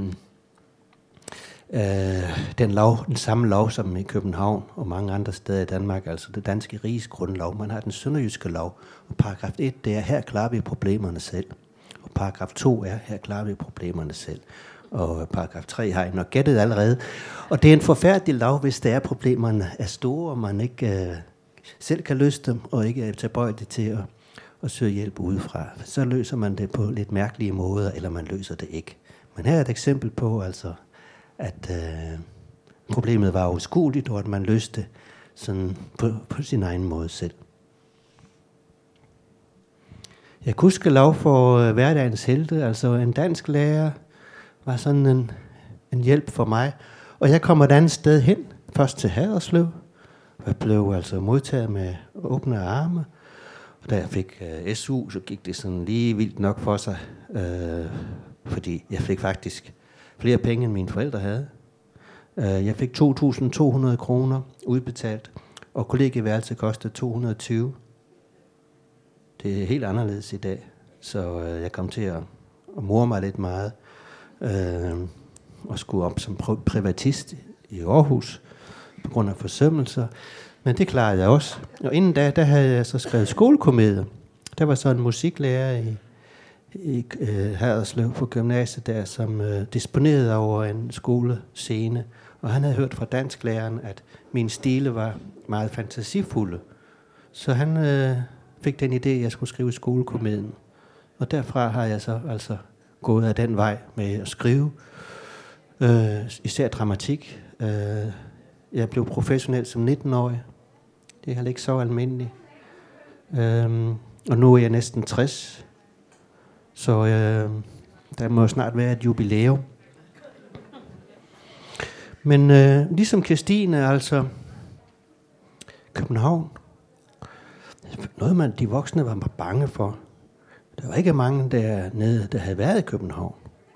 Speaker 1: den samme lov som i København og mange andre steder i Danmark, altså det danske riges grundlov. Man har den sønderjyske lov, og paragraf 1, det er, her klarer vi problemerne selv. Og paragraf 2 er, her klarer vi problemerne selv. Og paragraf 3 har jeg nok gættet allerede. Og det er en forfærdelig lov, hvis der er problemerne er store, og man ikke selv kan løse dem, og ikke er tilbøjelig til at søge hjælp udefra. Så løser man det på lidt mærkelige måder, eller man løser det ikke. Men her er et eksempel på, altså, at problemet var uskueligt, og at man løste sådan på sin egen måde selv. Jeg kunne huske lov for hverdagens helte, altså en dansk lærer var sådan en hjælp for mig. Og jeg kom et andet sted hen, først til Haderslev. Jeg blev altså modtaget med åbne arme. Og da jeg fik SU, så gik det sådan lige vildt nok for sig, fordi jeg fik faktisk flere penge, end mine forældre havde. Jeg fik 2.200 kroner udbetalt, og kollegieværelse kostede 220. Det er helt anderledes i dag, så jeg kom til at more mig lidt meget, og skulle op som privatist i Aarhus, på grund af forsømmelser. Men det klarede jeg også. Og inden da havde jeg så skrevet skolekomedier. Der var så en musiklærer i Haderslev på gymnasiet der, som disponerede over en skolescene. Og han havde hørt fra dansklæreren, at min stile var meget fantasifulde. Så han fik den idé, at jeg skulle skrive skolekomedien. Og derfra har jeg så altså gået af den vej med at skrive. Især dramatik. Jeg blev professionel som 19-årig. Det er heller ikke så almindeligt. Og nu er jeg næsten 60. Så der må snart være et jubilæum. Men ligesom Kirstine, altså København. Noget de voksne var bange for. Der var ikke mange dernede, der havde været i København.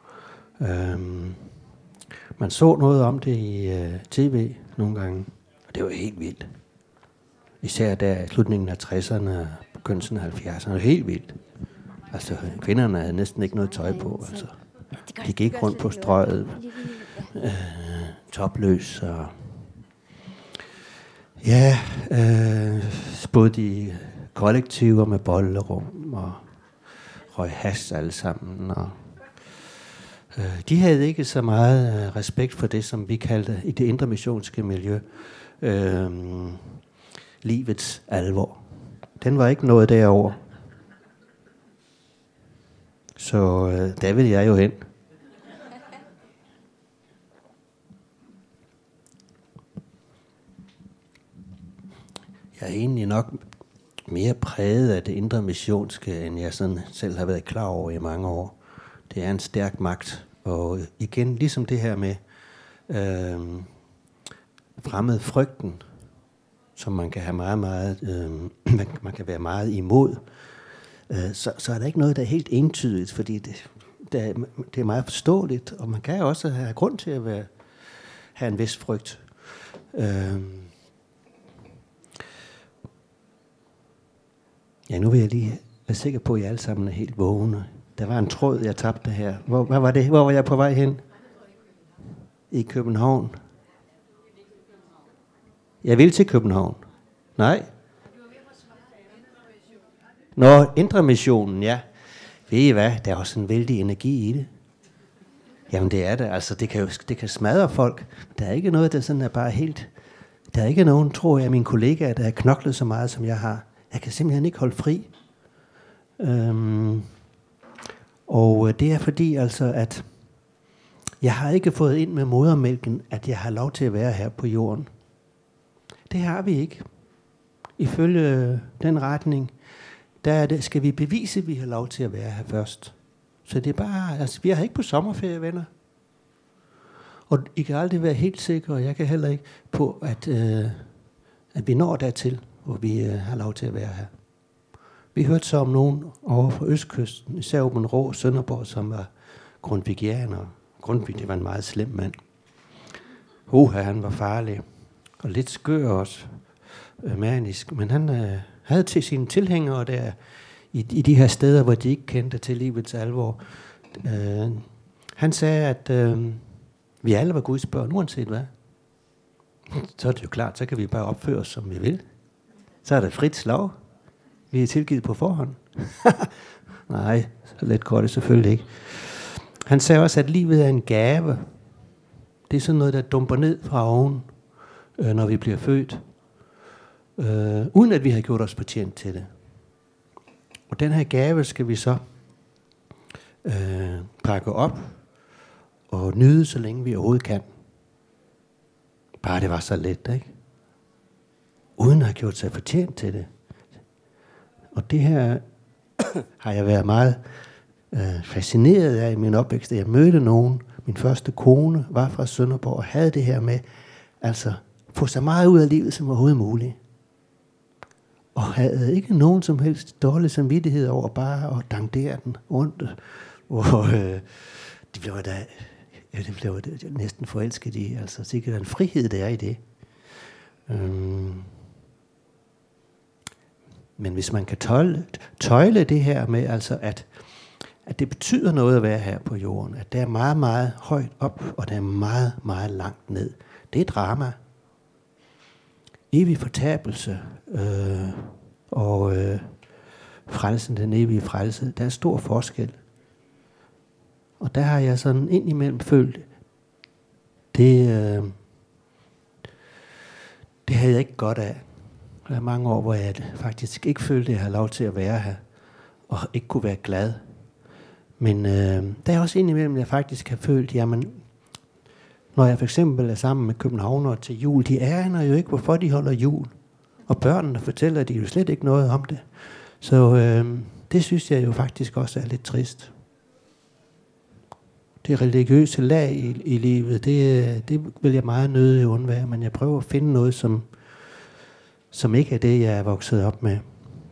Speaker 1: Man så noget om det i tv nogle gange, og det var helt vildt. Især der i slutningen af 60'erne og begyndelsen af 70'erne, det var helt vildt. Altså, kvinderne havde næsten ikke noget tøj på, altså. De gik rundt på strøget, topløs, og ja, både i kollektiver med bollerum, og røg hash alle sammen, og de havde ikke så meget respekt for det, som vi kaldte i det indre missionske miljø, livets alvor. Den var ikke noget derover. Så der vil jeg jo hen. Jeg er egentlig nok mere præget af det indre missionske, end jeg sådan selv har været klar over i mange år. Det er en stærk magt. Og igen, ligesom det her med fremmed frygten, som man kan have meget, man kan være meget imod, så er der ikke noget, der er helt entydigt, fordi det er meget forståeligt, og man kan også have grund til at have en vis frygt. Ja, nu vil jeg lige være sikker på, at I alle sammen er helt vågne. Der var en tråd, jeg tabte her. Hvad var det? Hvor var jeg på vej hen? I København. Jeg vil til København. Nej. Nå, Indre Missionen, ja. Ved I hvad? Der er også en vældig energi i det. Jamen det er det. Altså det kan smadre folk. Der er ikke noget, der sådan er bare helt... Der er ikke nogen, tror jeg, mine kollegaer, der har knoklet så meget, som jeg har. Jeg kan simpelthen ikke holde fri. Og det er fordi altså, at jeg har ikke fået ind med modermælken, at jeg har lov til at være her på jorden. Det har vi ikke. Ifølge den retning, skal vi bevise, at vi har lov til at være her først. Så det er bare, altså vi er ikke på sommerferie, venner. Og I kan aldrig være helt sikre, og jeg kan heller ikke på, at vi når dertil, hvor vi har lov til at være her. Vi hørte så om nogen over fra Østkysten, især Åben Rå, Sønderborg, som var grundtvigianer. Grundtvig, det var en meget slem mand. Han var farlig, og lidt skør også, manisk. Men han havde til sine tilhængere der, i de her steder, hvor de ikke kendte til livets alvor. Han sagde, at vi alle var Guds børn, uanset hvad. Så er det jo klart, så kan vi bare opføre os, som vi vil. Så er der frit slag. Vi er tilgivet på forhånd. Nej, så let går det selvfølgelig ikke. Han sagde også, at livet er en gave. Det er sådan noget, der dumper ned fra oven, når vi bliver født. Uden at vi har gjort os fortjent til det. Og den her gave skal vi så pakke op og nyde, så længe vi overhovedet kan. Bare det var så let, ikke? Uden at have gjort sig fortjent til det. Og det her har jeg været meget fascineret af i min opvækst. Jeg mødte nogen. Min første kone var fra Sønderborg og havde det her med, altså få så meget ud af livet som overhovedet muligt. Og havde ikke nogen som helst dårlig samvittighed over bare at dandere den rundt. Og de blev næsten forelsket i. Altså sikkert en frihed, der er i det. Men hvis man kan tøjle det her med, altså at det betyder noget at være her på jorden, at det er meget, meget højt op, og det er meget, meget langt ned. Det er drama. Evig fortabelse og frelsen, den evige frelse, der er stor forskel. Og der har jeg sådan indimellem følt, det havde jeg ikke godt af. Der er mange år, hvor jeg faktisk ikke følte, at jeg havde lov til at være her, og ikke kunne være glad. Men der er også indimellem, jeg faktisk har følt, jamen, når jeg for eksempel er sammen med københavnere til jul, de aner jo ikke, hvorfor de holder jul. Og børnene fortæller de jo slet ikke noget om det. Så det synes jeg jo faktisk også er lidt trist. Det religiøse lag i livet, det vil jeg meget nødig undvære, men jeg prøver at finde noget, som ikke er det, jeg er vokset op med.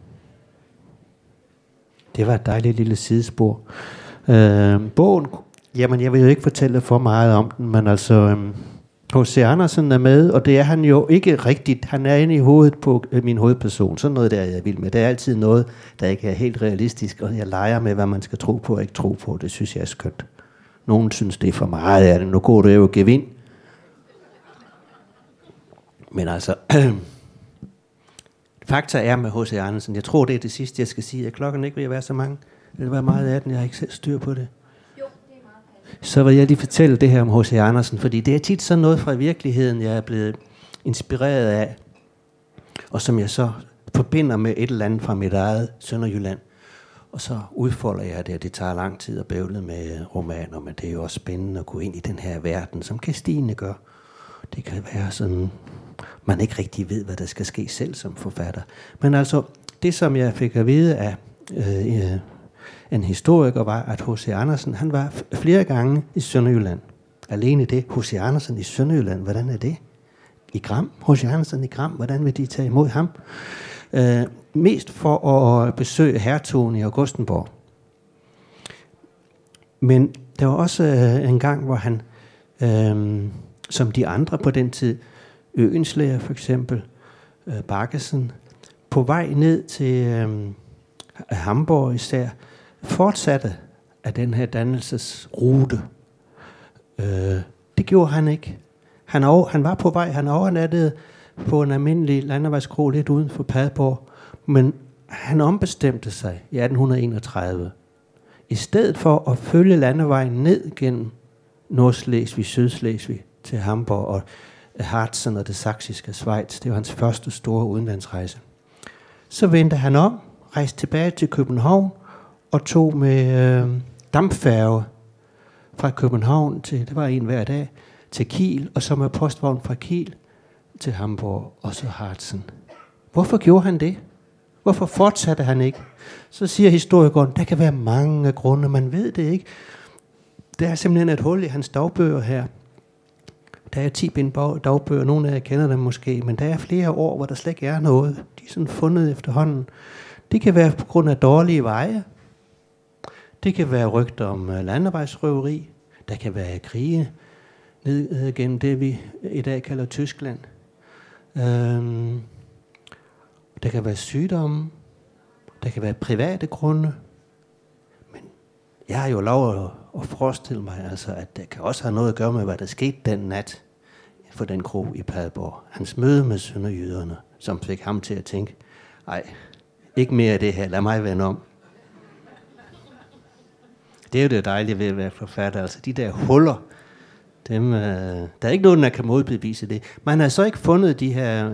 Speaker 1: Det var et dejligt lille sidespor. Bogen, jamen jeg vil jo ikke fortælle for meget om den, men altså H.C. Andersen er med, og det er han jo ikke rigtigt. Han er inde i hovedet på min hovedperson. Sådan noget der, jeg vil med. Det er altid noget, der ikke er helt realistisk, og jeg leger med, hvad man skal tro på og ikke tro på. Det synes jeg er skønt. Nogen synes, det er for meget af det. Nu går det jo gevind. Men altså, fakta er med H.C. Andersen. Jeg tror, det er det sidste, jeg skal sige. Er klokken ikke ved at være så mange? Eller være meget af den? Jeg har ikke selv styr på det.
Speaker 3: Jo, det er meget.
Speaker 1: Så vil jeg lige fortælle det her om H.C. Andersen, fordi det er tit sådan noget fra virkeligheden, jeg er blevet inspireret af, og som jeg så forbinder med et eller andet fra mit eget Sønderjylland. Og så udfolder jeg det, og det tager lang tid at bøvle med romaner, men det er jo også spændende at gå ind i den her verden, som Kirstine gør. Det kan være sådan, man ikke rigtig ved, hvad der skal ske selv som forfatter. Men altså, det som jeg fik at vide af en historiker, var, at H.C. Andersen, han var flere gange i Sønderjylland. Alene det, H.C. Andersen i Sønderjylland, hvordan er det? I Gram, H.C. Andersen i Gram, hvordan vil de tage imod ham? Mest for at besøge hertugen i Augustenborg. Men der var også en gang, hvor han, som de andre på den tid, Øenslæger for eksempel, Bakkesen, på vej ned til Hamborg især, fortsatte af den her dannelsesrute. Det gjorde han ikke. Han var på vej, han overnattede på en almindelig landevejskro lidt uden for Padborg, men han ombestemte sig i 1831. I stedet for at følge landevejen ned gennem Nordslesvig, Sydslesvig til Hamburg og Harzen og det saksiske Schweiz, det var hans første store udenlandsrejse, så vendte han om, rejste tilbage til København og tog med dampfærge fra København til, det var en hver dag, til Kiel, og så med postvogn fra Kiel til Hamburg og så Harzen. Hvorfor gjorde han det? Hvorfor fortsatte han ikke? Så siger historikeren, der kan være mange grunde, man ved det ikke. Der er simpelthen et hul i hans dagbøger her. Der er 10 bind dagbøger, nogle af jer kender dem måske, men der er flere år, hvor der slet ikke er noget. De er sådan fundet efterhånden. Det kan være på grund af dårlige veje. Det kan være rygter om landevejsrøveri. Der kan være krige ned gennem det, vi i dag kalder Tyskland. Der kan være sygdomme. Der kan være private grunde. Men jeg har jo lov at forestille mig, altså, at det kan også have noget at gøre med, hvad der skete den nat for den kro i Padborg. Hans møde med sønderjyderne, som fik ham til at tænke, ej, ikke mere af det her, lad mig vende om. Det er jo det dejlige ved at være forfatter, altså de der huller, dem, der er ikke nogen, der kan modbevise det. Man har så ikke fundet de her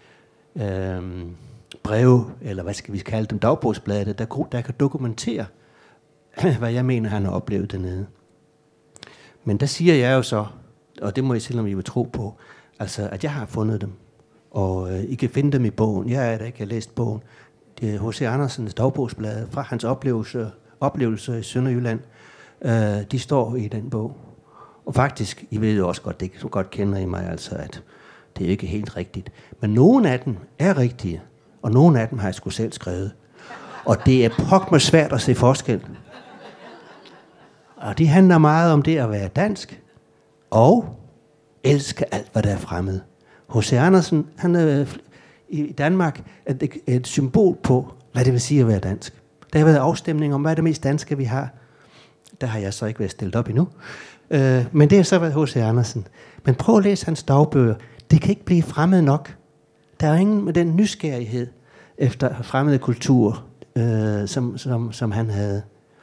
Speaker 1: breve, eller hvad skal vi kalde dem, dagbogsblade, der kan dokumentere, hvad jeg mener, han har oplevet dernede. Men der siger jeg jo så, og det må I selvom I vil tro på, altså at jeg har fundet dem, og I kan finde dem i bogen. Jeg er der ikke har læst bogen. H.C. Andersens dagbogsblade fra hans oplevelser i Sønderjylland. De står i den bog. Og faktisk, I ved jo også godt, det så godt kender I mig, altså, at det er ikke helt rigtigt. Men nogle af dem er rigtige, og nogle af dem har jeg sgu selv skrevet. Og det er pokmer svært at se forskel. Og de handler meget om det at være dansk, og elske alt, hvad der er fremmed. H.C. Andersen, han er i Danmark et symbol på, hvad det vil sige at være dansk. Der har været afstemning om, hvad er det mest danske, vi har. Der har jeg så ikke været stillet op endnu. Men det har så været H.C. Andersen. Men prøv at læse hans dagbøger. Det kan ikke blive fremmed nok. Der er ingen med den nysgerrighed efter fremmede kultur, som han havde.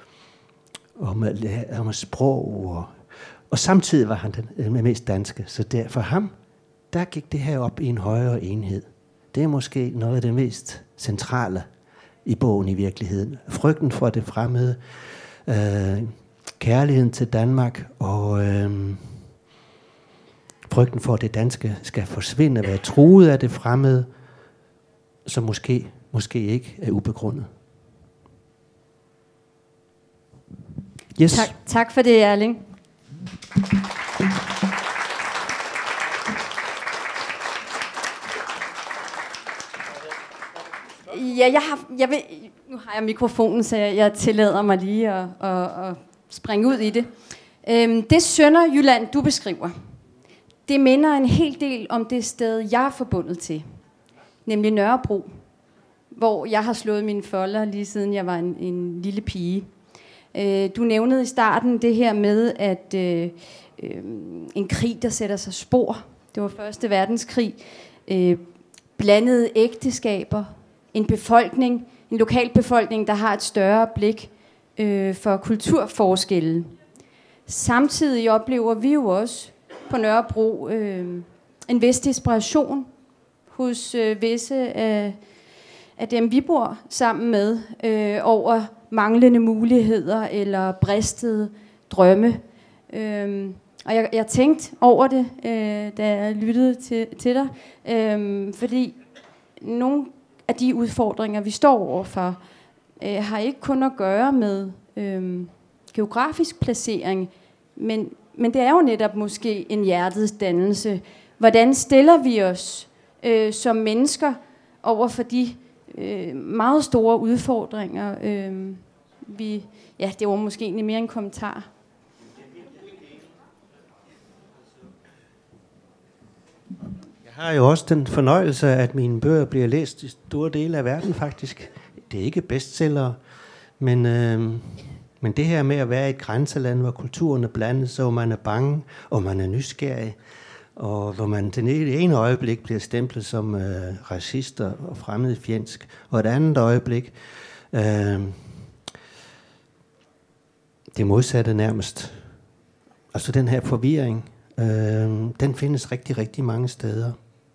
Speaker 1: Om sprog. Og samtidig var han den mest danske. Så for ham, der gik det her op i en højere enhed. Det er måske noget af det mest centrale i bogen i virkeligheden. Frygten for det fremmede, kærligheden til Danmark, og frygten for, at det danske skal forsvinde, være truet af det fremmede, som måske ikke er ubegrundet. Yes.
Speaker 3: Tak for det, Erling. Ja, nu har jeg mikrofonen, så jeg tillader mig lige at springe ud i det. Det Sønderjylland, du beskriver, det minder en hel del om det sted, jeg er forbundet til, nemlig Nørrebro, hvor jeg har slået mine folder lige siden jeg var en lille pige. Du nævnede i starten det her med, at en krig, der sætter sig spor. Det var 1. verdenskrig. Blandede ægteskaber. En lokalbefolkning, der har et større blik for kulturforskelle. Samtidig oplever vi jo også på Nørrebro en vis desperation hos visse af dem, vi bor sammen med, over manglende muligheder eller bristede drømme. Og jeg tænkte over det, da jeg lyttede til dig, fordi nogle af de udfordringer, vi står overfor, har ikke kun at gøre med geografisk placering, men det er jo netop måske en hjertets dannelse. Hvordan stiller vi os som mennesker over for de meget store udfordringer? Det var måske egentlig mere en kommentar.
Speaker 1: Jeg har jo også den fornøjelse, at mine bøger bliver læst i store dele af verden faktisk. Det er ikke bestseller, men det her med at være i et grænseland, hvor kulturerne blandes, og man er bange, og man er nysgerrig, og hvor man til det ene øjeblik bliver stemplet som racister og fremmedfjendsk, og et andet øjeblik det modsatte nærmest. Altså den her forvirring, den findes rigtig, rigtig mange steder.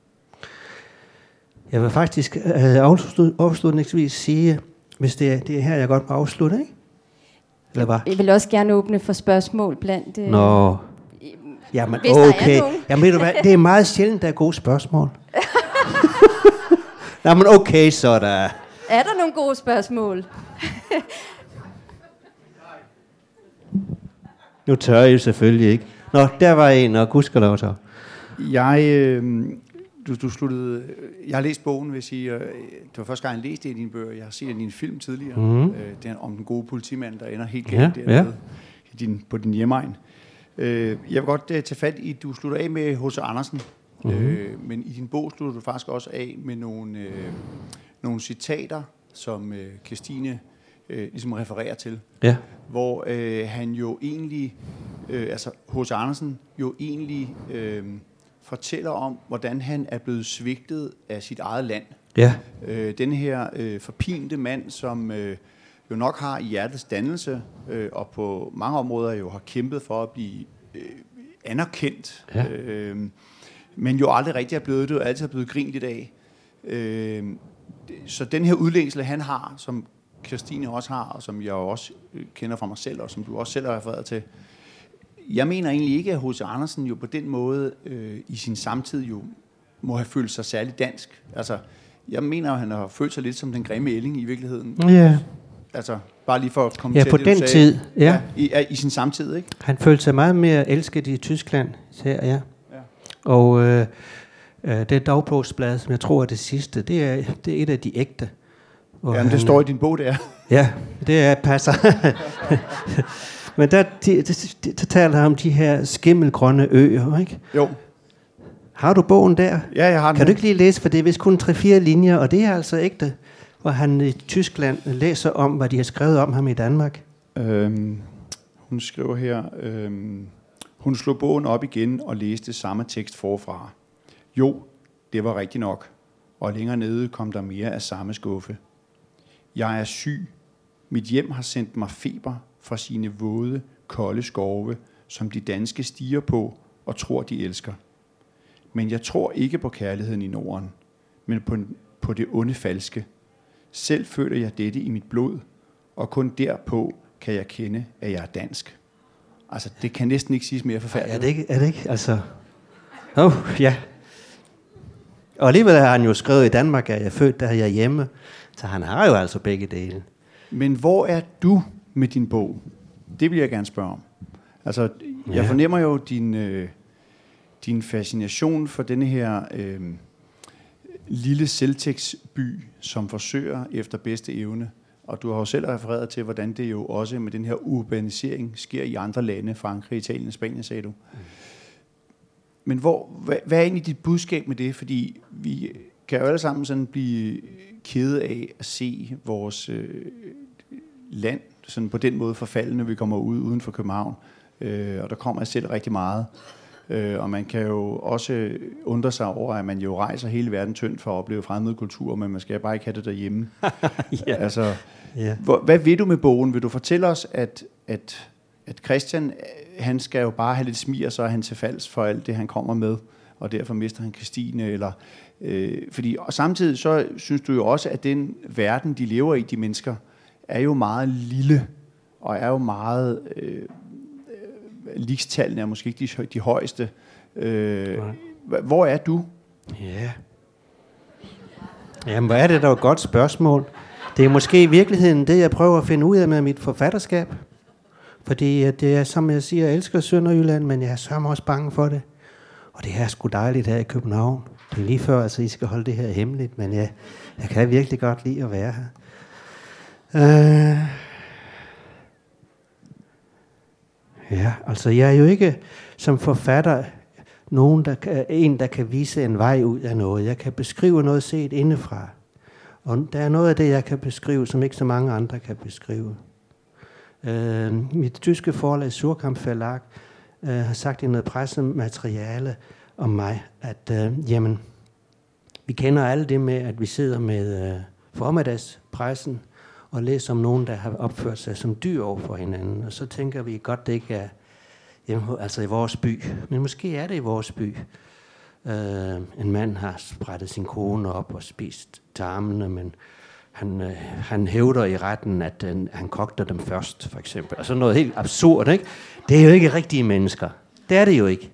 Speaker 1: Jeg vil faktisk afslutningsvis sige, hvis det er her, jeg godt må afslutte, ikke? Eller hvad?
Speaker 3: Jeg vil også gerne åbne for spørgsmål blandt...
Speaker 1: Nå. Jamen, okay. Jamen, ved du hvad? Det er meget sjældent, der er gode spørgsmål. Jamen, okay, så der...
Speaker 3: Er der nogle gode spørgsmål?
Speaker 1: Nu tør jeg selvfølgelig ikke. Nå, der var en, og gudskelov så.
Speaker 4: Du sluttede... Jeg har læst bogen, vil jeg sige. Det var første gang, jeg læste det i dine bøger. Jeg har set det i din film tidligere. Mm. Det er om den gode politimand, der ender helt galt dernede på din hjemegn. Jeg vil godt tage fat i, du slutter af med H.C. Andersen. Men i din bog slutter du faktisk også af med nogle citater, som Kirstine ligesom refererer til. Ja. Hvor han jo egentlig... H.C. Andersen jo egentlig... fortæller om, hvordan han er blevet svigtet af sit eget land. Ja. Den her forpinte mand, som jo nok har hjertets dannelse, og på mange områder jo har kæmpet for at blive anerkendt, men jo aldrig rigtig er blevet det, og altid er blevet grint lidt af. Så den her udlængsel, han har, som Kirstine også har, og som jeg også kender fra mig selv, og som du også selv har refereret til, jeg mener egentlig ikke, at H.C. Andersen jo på den måde i sin samtid jo må have følt sig særlig dansk. Altså, Jeg mener, at han har følt sig lidt som den grimme ælling i virkeligheden.
Speaker 1: Ja.
Speaker 4: Altså, bare lige for at kommentere
Speaker 1: Ja, på
Speaker 4: det,
Speaker 1: den
Speaker 4: sagde.
Speaker 1: tid. Ja.
Speaker 4: I sin samtid, ikke?
Speaker 1: Han følte sig meget mere elsket i Tyskland, især, ja. Og det dagbogsblad, som jeg tror er det sidste, det er et af de ægte.
Speaker 4: Jamen, det står i din bog, det er.
Speaker 1: Ja, det passer. Men der taler han om de her skimmelgrønne øer, ikke?
Speaker 4: Jo.
Speaker 1: Har du bogen der?
Speaker 4: Ja, jeg har den.
Speaker 1: Kan du ikke lige læse, for det er vist kun 3-4 linjer, og det er altså ægte, hvor han i Tyskland læser om, hvad de har skrevet om ham i Danmark.
Speaker 4: Hun skriver her, hun slog bogen op igen og læste samme tekst forfra. Jo, det var rigtigt nok, og længere nede kom der mere af samme skuffe. Jeg er syg. Mit hjem har sendt mig feber fra sine våde, kolde skove, som de danske stiger på og tror, de elsker. Men jeg tror ikke på kærligheden i Norden, men på det onde falske. Selv føler jeg dette i mit blod, og kun derpå kan jeg kende, at jeg er dansk. Altså, det kan næsten ikke siges mere forfærdeligt.
Speaker 1: Er det ikke? Altså... ja. Og alligevel har han jo skrevet i Danmark, at jeg er født, der er jeg hjemme. Så han har jo altså begge dele.
Speaker 4: Men hvor er du med din bog? Det vil jeg gerne spørge om. Altså, jeg fornemmer jo din fascination for denne her lille selvtægtsby, som forsøger efter bedste evne. Og du har jo selv refereret til, hvordan det jo også med den her urbanisering sker i andre lande, Frankrig, Italien, Spanien, sagde du. Men hvad er egentlig dit budskab med det? Fordi vi kan jo alle sammen sådan blive kede af at se vores land sådan på den måde forfalde, når vi kommer uden for København. Og der kommer jeg selv rigtig meget. Og man kan jo også undre sig over, at man jo rejser hele verden tyndt for at opleve fremmede kultur, men man skal bare ikke have det derhjemme. Altså, hvad vil du med bogen? Vil du fortælle os, at Christian, han skal jo bare have lidt smir, og så er han til falds for alt det, han kommer med, og derfor mister han Christine, eller... og samtidig så synes du jo også, at den verden, de lever i, de mennesker, er jo meget lille, og er jo meget... ligstallene er måske ikke de højeste. Hvor er du?
Speaker 1: Ja. Jamen, hvor er det da et godt spørgsmål. Det er måske i virkeligheden det, jeg prøver at finde ud af med mit forfatterskab. Fordi det er, som jeg siger, jeg elsker Sønderjylland, men jeg er sørme også bange for det. Og det er sgu dejligt her i København. Det er lige før, altså I skal holde det her hemmeligt, men jeg kan virkelig godt lide at være her. Ja, altså jeg er jo ikke som forfatter en, der kan vise en vej ud af noget. Jeg kan beskrive noget set indefra. Og der er noget af det, jeg kan beskrive, som ikke så mange andre kan beskrive. Mit tyske forlag Surkamp Verlag har sagt i noget pressemateriale om mig, at jamen, vi kender alle det med, at vi sidder med formiddagspressen og læser om nogen, der har opført sig som dyr over for hinanden. Og så tænker vi godt, det ikke er altså i vores by. Men måske er det i vores by. En mand har sprættet sin kone op og spist tarmene, men han hævder i retten, at han kogte dem først, for eksempel. Altså noget helt absurd, ikke? Det er jo ikke rigtige mennesker. Det er det jo ikke.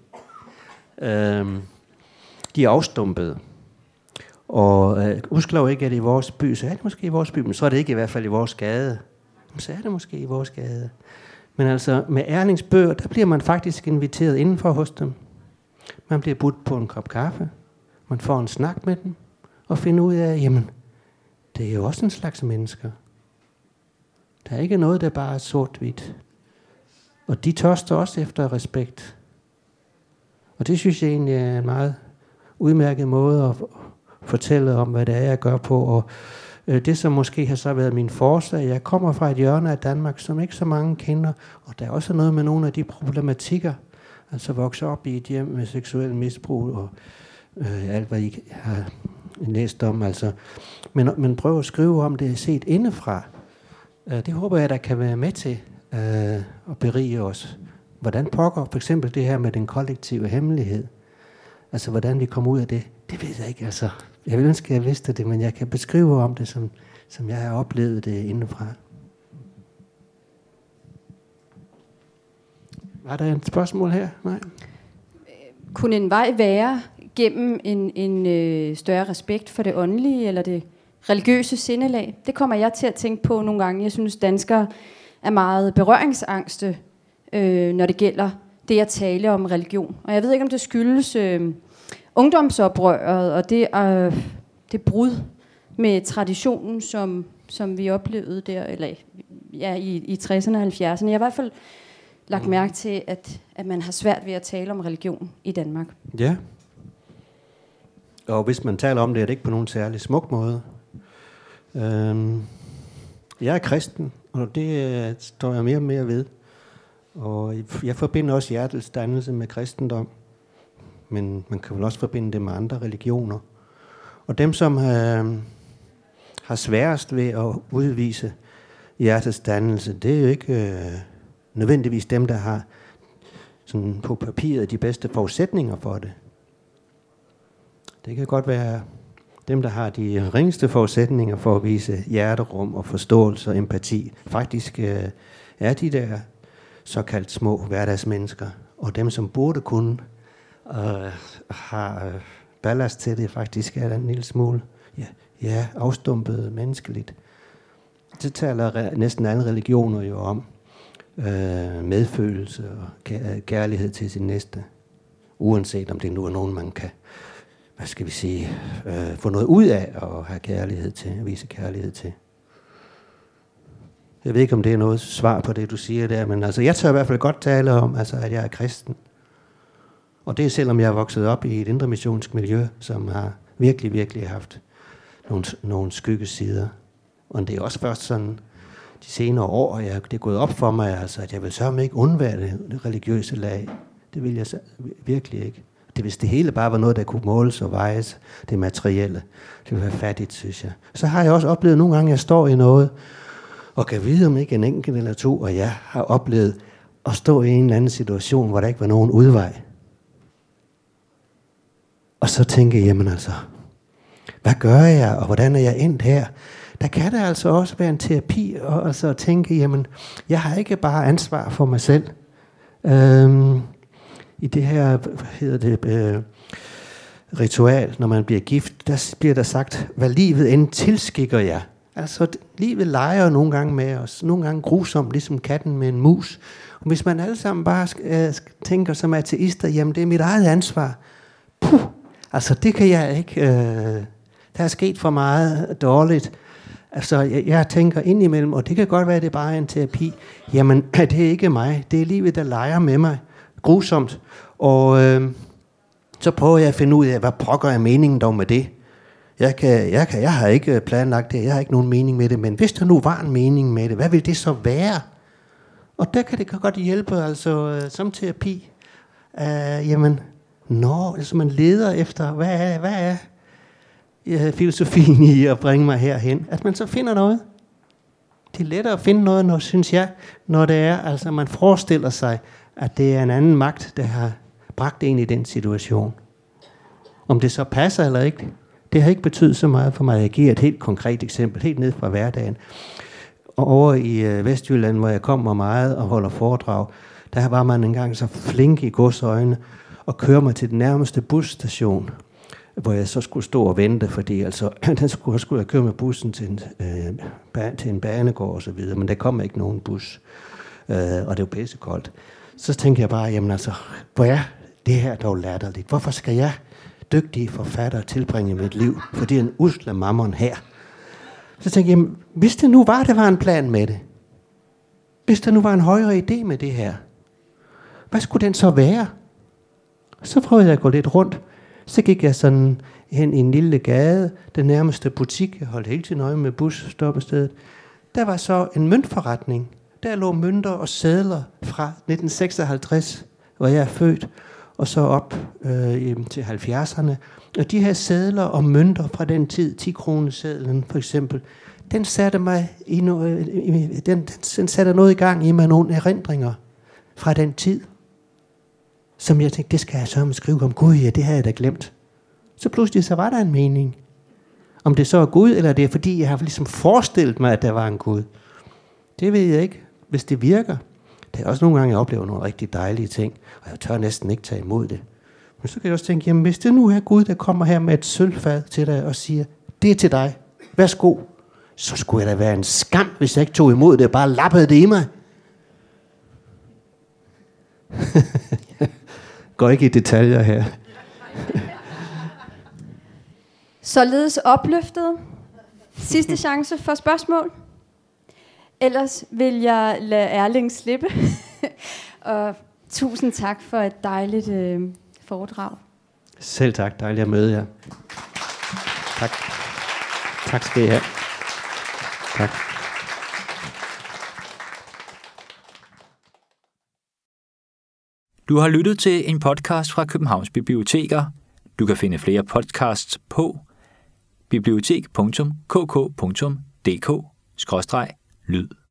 Speaker 1: De er afstumpede. Og husker ikke, at det er i vores by, så er det måske i vores by, men så er det ikke i hvert fald i vores gade. Så er det måske i vores gade. Men altså, med Erlings bøger, der bliver man faktisk inviteret indenfor hos dem. Man bliver budt på en kop kaffe. Man får en snak med dem. Og finder ud af, jamen, det er jo også en slags mennesker. Der er ikke noget, der bare er sort-hvidt. Og de tørster også efter respekt. Og det synes jeg egentlig er en meget udmærket måde at fortælle om, hvad det er, jeg gør på. Og det, som måske har så været min forsag, jeg kommer fra et hjørne af Danmark, som ikke så mange kender, og der er også noget med nogle af de problematikker, altså vokse op i et hjem med seksuel misbrug, og alt, hvad I har læst om, altså. Men prøv at skrive om det set indefra. Det håber jeg, der kan være med til at berige os. Hvordan pågår for eksempel det her med den kollektive hemmelighed? Altså, hvordan vi kommer ud af det, det ved jeg ikke, altså. Jeg vil ønske, at jeg vidste det, men jeg kan beskrive om det, som jeg har oplevet det indefra. Var der et spørgsmål her? Nej.
Speaker 3: Kunne en vej være gennem en større respekt for det åndelige eller det religiøse sindelag. Det kommer jeg til at tænke på nogle gange. Jeg synes, danskere er meget berøringsangste, når det gælder det at tale om religion. Og jeg ved ikke, om det skyldes ungdomsoprøret og det brud med traditionen, som vi oplevede der, eller ja, i 60'erne og 70'erne. Jeg har i hvert fald lagt mærke til, at man har svært ved at tale om religion i Danmark.
Speaker 1: Ja. Og hvis man taler om det, er det ikke på nogen særlig smuk måde. Jeg er kristen, og det står jeg mere og mere ved. Og jeg forbinder også hjertets dannelse med kristendom. Men man kan vel også forbinde det med andre religioner. Og dem, som har sværest ved at udvise hjertets dannelse, det er jo ikke nødvendigvis dem, der har sådan på papiret de bedste forudsætninger for det. Det kan godt være dem, der har de ringeste forudsætninger for at vise hjerterum og forståelse og empati. Faktisk er de der såkaldt små hverdagsmennesker, og dem, som burde kunne har ballast til det, faktisk er en lille smule afstumpet menneskeligt. Det taler næsten alle religioner jo om. Medfølelse og kærlighed til sin næste. Uanset om det nu er nogen, man kan, få noget ud af at have kærlighed til, at vise kærlighed til. Jeg ved ikke, om det er noget svar på det, du siger der, men altså, jeg tør i hvert fald godt tale om, altså, at jeg er kristen. Og det er selvom jeg er vokset op i et indremissionsk miljø, som har virkelig haft nogle skyggesider. Og det er også først sådan de senere år, det er gået op for mig, altså, at jeg vil sørge mig ikke undvære det religiøse lag. Det vil jeg virkelig ikke. Hvis det hele bare var noget, der kunne måles og vejes, det materielle, det ville være fattigt, synes jeg. Så har jeg også oplevet nogle gange, at jeg står i noget, og kan vide om ikke en enkelt eller to, og jeg har oplevet at stå i en eller anden situation, hvor der ikke var nogen udvej. Og så tænker jeg, jamen altså, hvad gør jeg, og hvordan er jeg endt her? Der kan det altså også være en terapi, og altså at tænke, jamen, jeg har ikke bare ansvar for mig selv. I det her, ritual, når man bliver gift, der bliver der sagt, hvad livet end tilskikker jer. Altså, livet leger nogle gange med os, nogle gange grusomt, ligesom katten med en mus. Og hvis man alle sammen bare tænker som ateister, jamen det er mit eget ansvar. Altså, det kan jeg ikke. Der er sket for meget dårligt. Altså, jeg tænker indimellem, og det kan godt være, at det bare er en terapi. Jamen, det er ikke mig. Det er livet, der leger med mig. Grusomt. Og så prøver jeg at finde ud af, hvad pokker er meningen dog med det. Jeg har ikke planlagt det, jeg har ikke nogen mening med det, men hvis der nu var en mening med det, hvad vil det så være? Og der kan det godt hjælpe, altså som terapi. Jamen, altså man leder efter, hvad er filosofien i at bringe mig herhen? At man så finder noget. Det er lettere at finde noget, synes jeg, når det er, altså man forestiller sig, at det er en anden magt, der har bragt en i den situation. Om det så passer eller ikke, det har ikke betydet så meget for mig. Jeg giver et helt konkret eksempel, helt ned fra hverdagen. Og over i Vestjylland, hvor jeg kommer meget og holder foredrag, der var man engang så flink i godsøjne og køre mig til den nærmeste busstation, hvor jeg så skulle stå og vente, fordi altså, den skulle jeg køre med bussen til en banegård og så videre, men der kom ikke nogen bus, og det var pissekoldt. Så tænkte jeg bare, jamen altså, hvor er det her dog latterligt? Hvorfor skal jeg, dygtige forfatter, tilbringe mit liv, for det er en usle mammon her? Så tænkte jeg, jamen, hvis det nu var, der var en plan med det, hvis der nu var en højere idé med det her, hvad skulle den så være? Så prøvede jeg at gå lidt rundt. Så gik jeg sådan hen i en lille gade, den nærmeste butik, jeg holdt hele tiden øje med busstoppestedet. Der var så en møntforretning. Der lå mønter og sedler fra 1956, hvor jeg er født, og så op til 70'erne. Og de her sedler og mønter fra den tid, 10-kronesedlen for eksempel, den satte mig i den satte noget i gang i mig, nogle erindringer fra den tid, som jeg tænkte, det skal jeg så skrive om. Gud, ja, det havde jeg da glemt. Så pludselig så var der en mening. Om det så er Gud, eller det er fordi, jeg har ligesom forestillet mig, at der var en Gud. Det ved jeg ikke, hvis det virker. Der er også nogle gange, jeg oplever nogle rigtig dejlige ting, og jeg tør næsten ikke tage imod det. Men så kan jeg også tænke, jamen hvis det nu er Gud, der kommer her med et sølvfad til dig og siger, det er til dig, værsgo, så skulle jeg da være en skam, hvis jeg ikke tog imod det og bare lappede det i mig. Går ikke i detaljer her.
Speaker 3: Således opløftet. Sidste chance for spørgsmål. Ellers vil jeg lade Erling slippe. Og tusind tak for et dejligt foredrag.
Speaker 1: Selv tak. Dejligt at møde jer. Tak. Tak skal I have. Tak.
Speaker 2: Du har lyttet til en podcast fra Københavns Biblioteker. Du kan finde flere podcasts på bibliotek.kk.dk/lyd.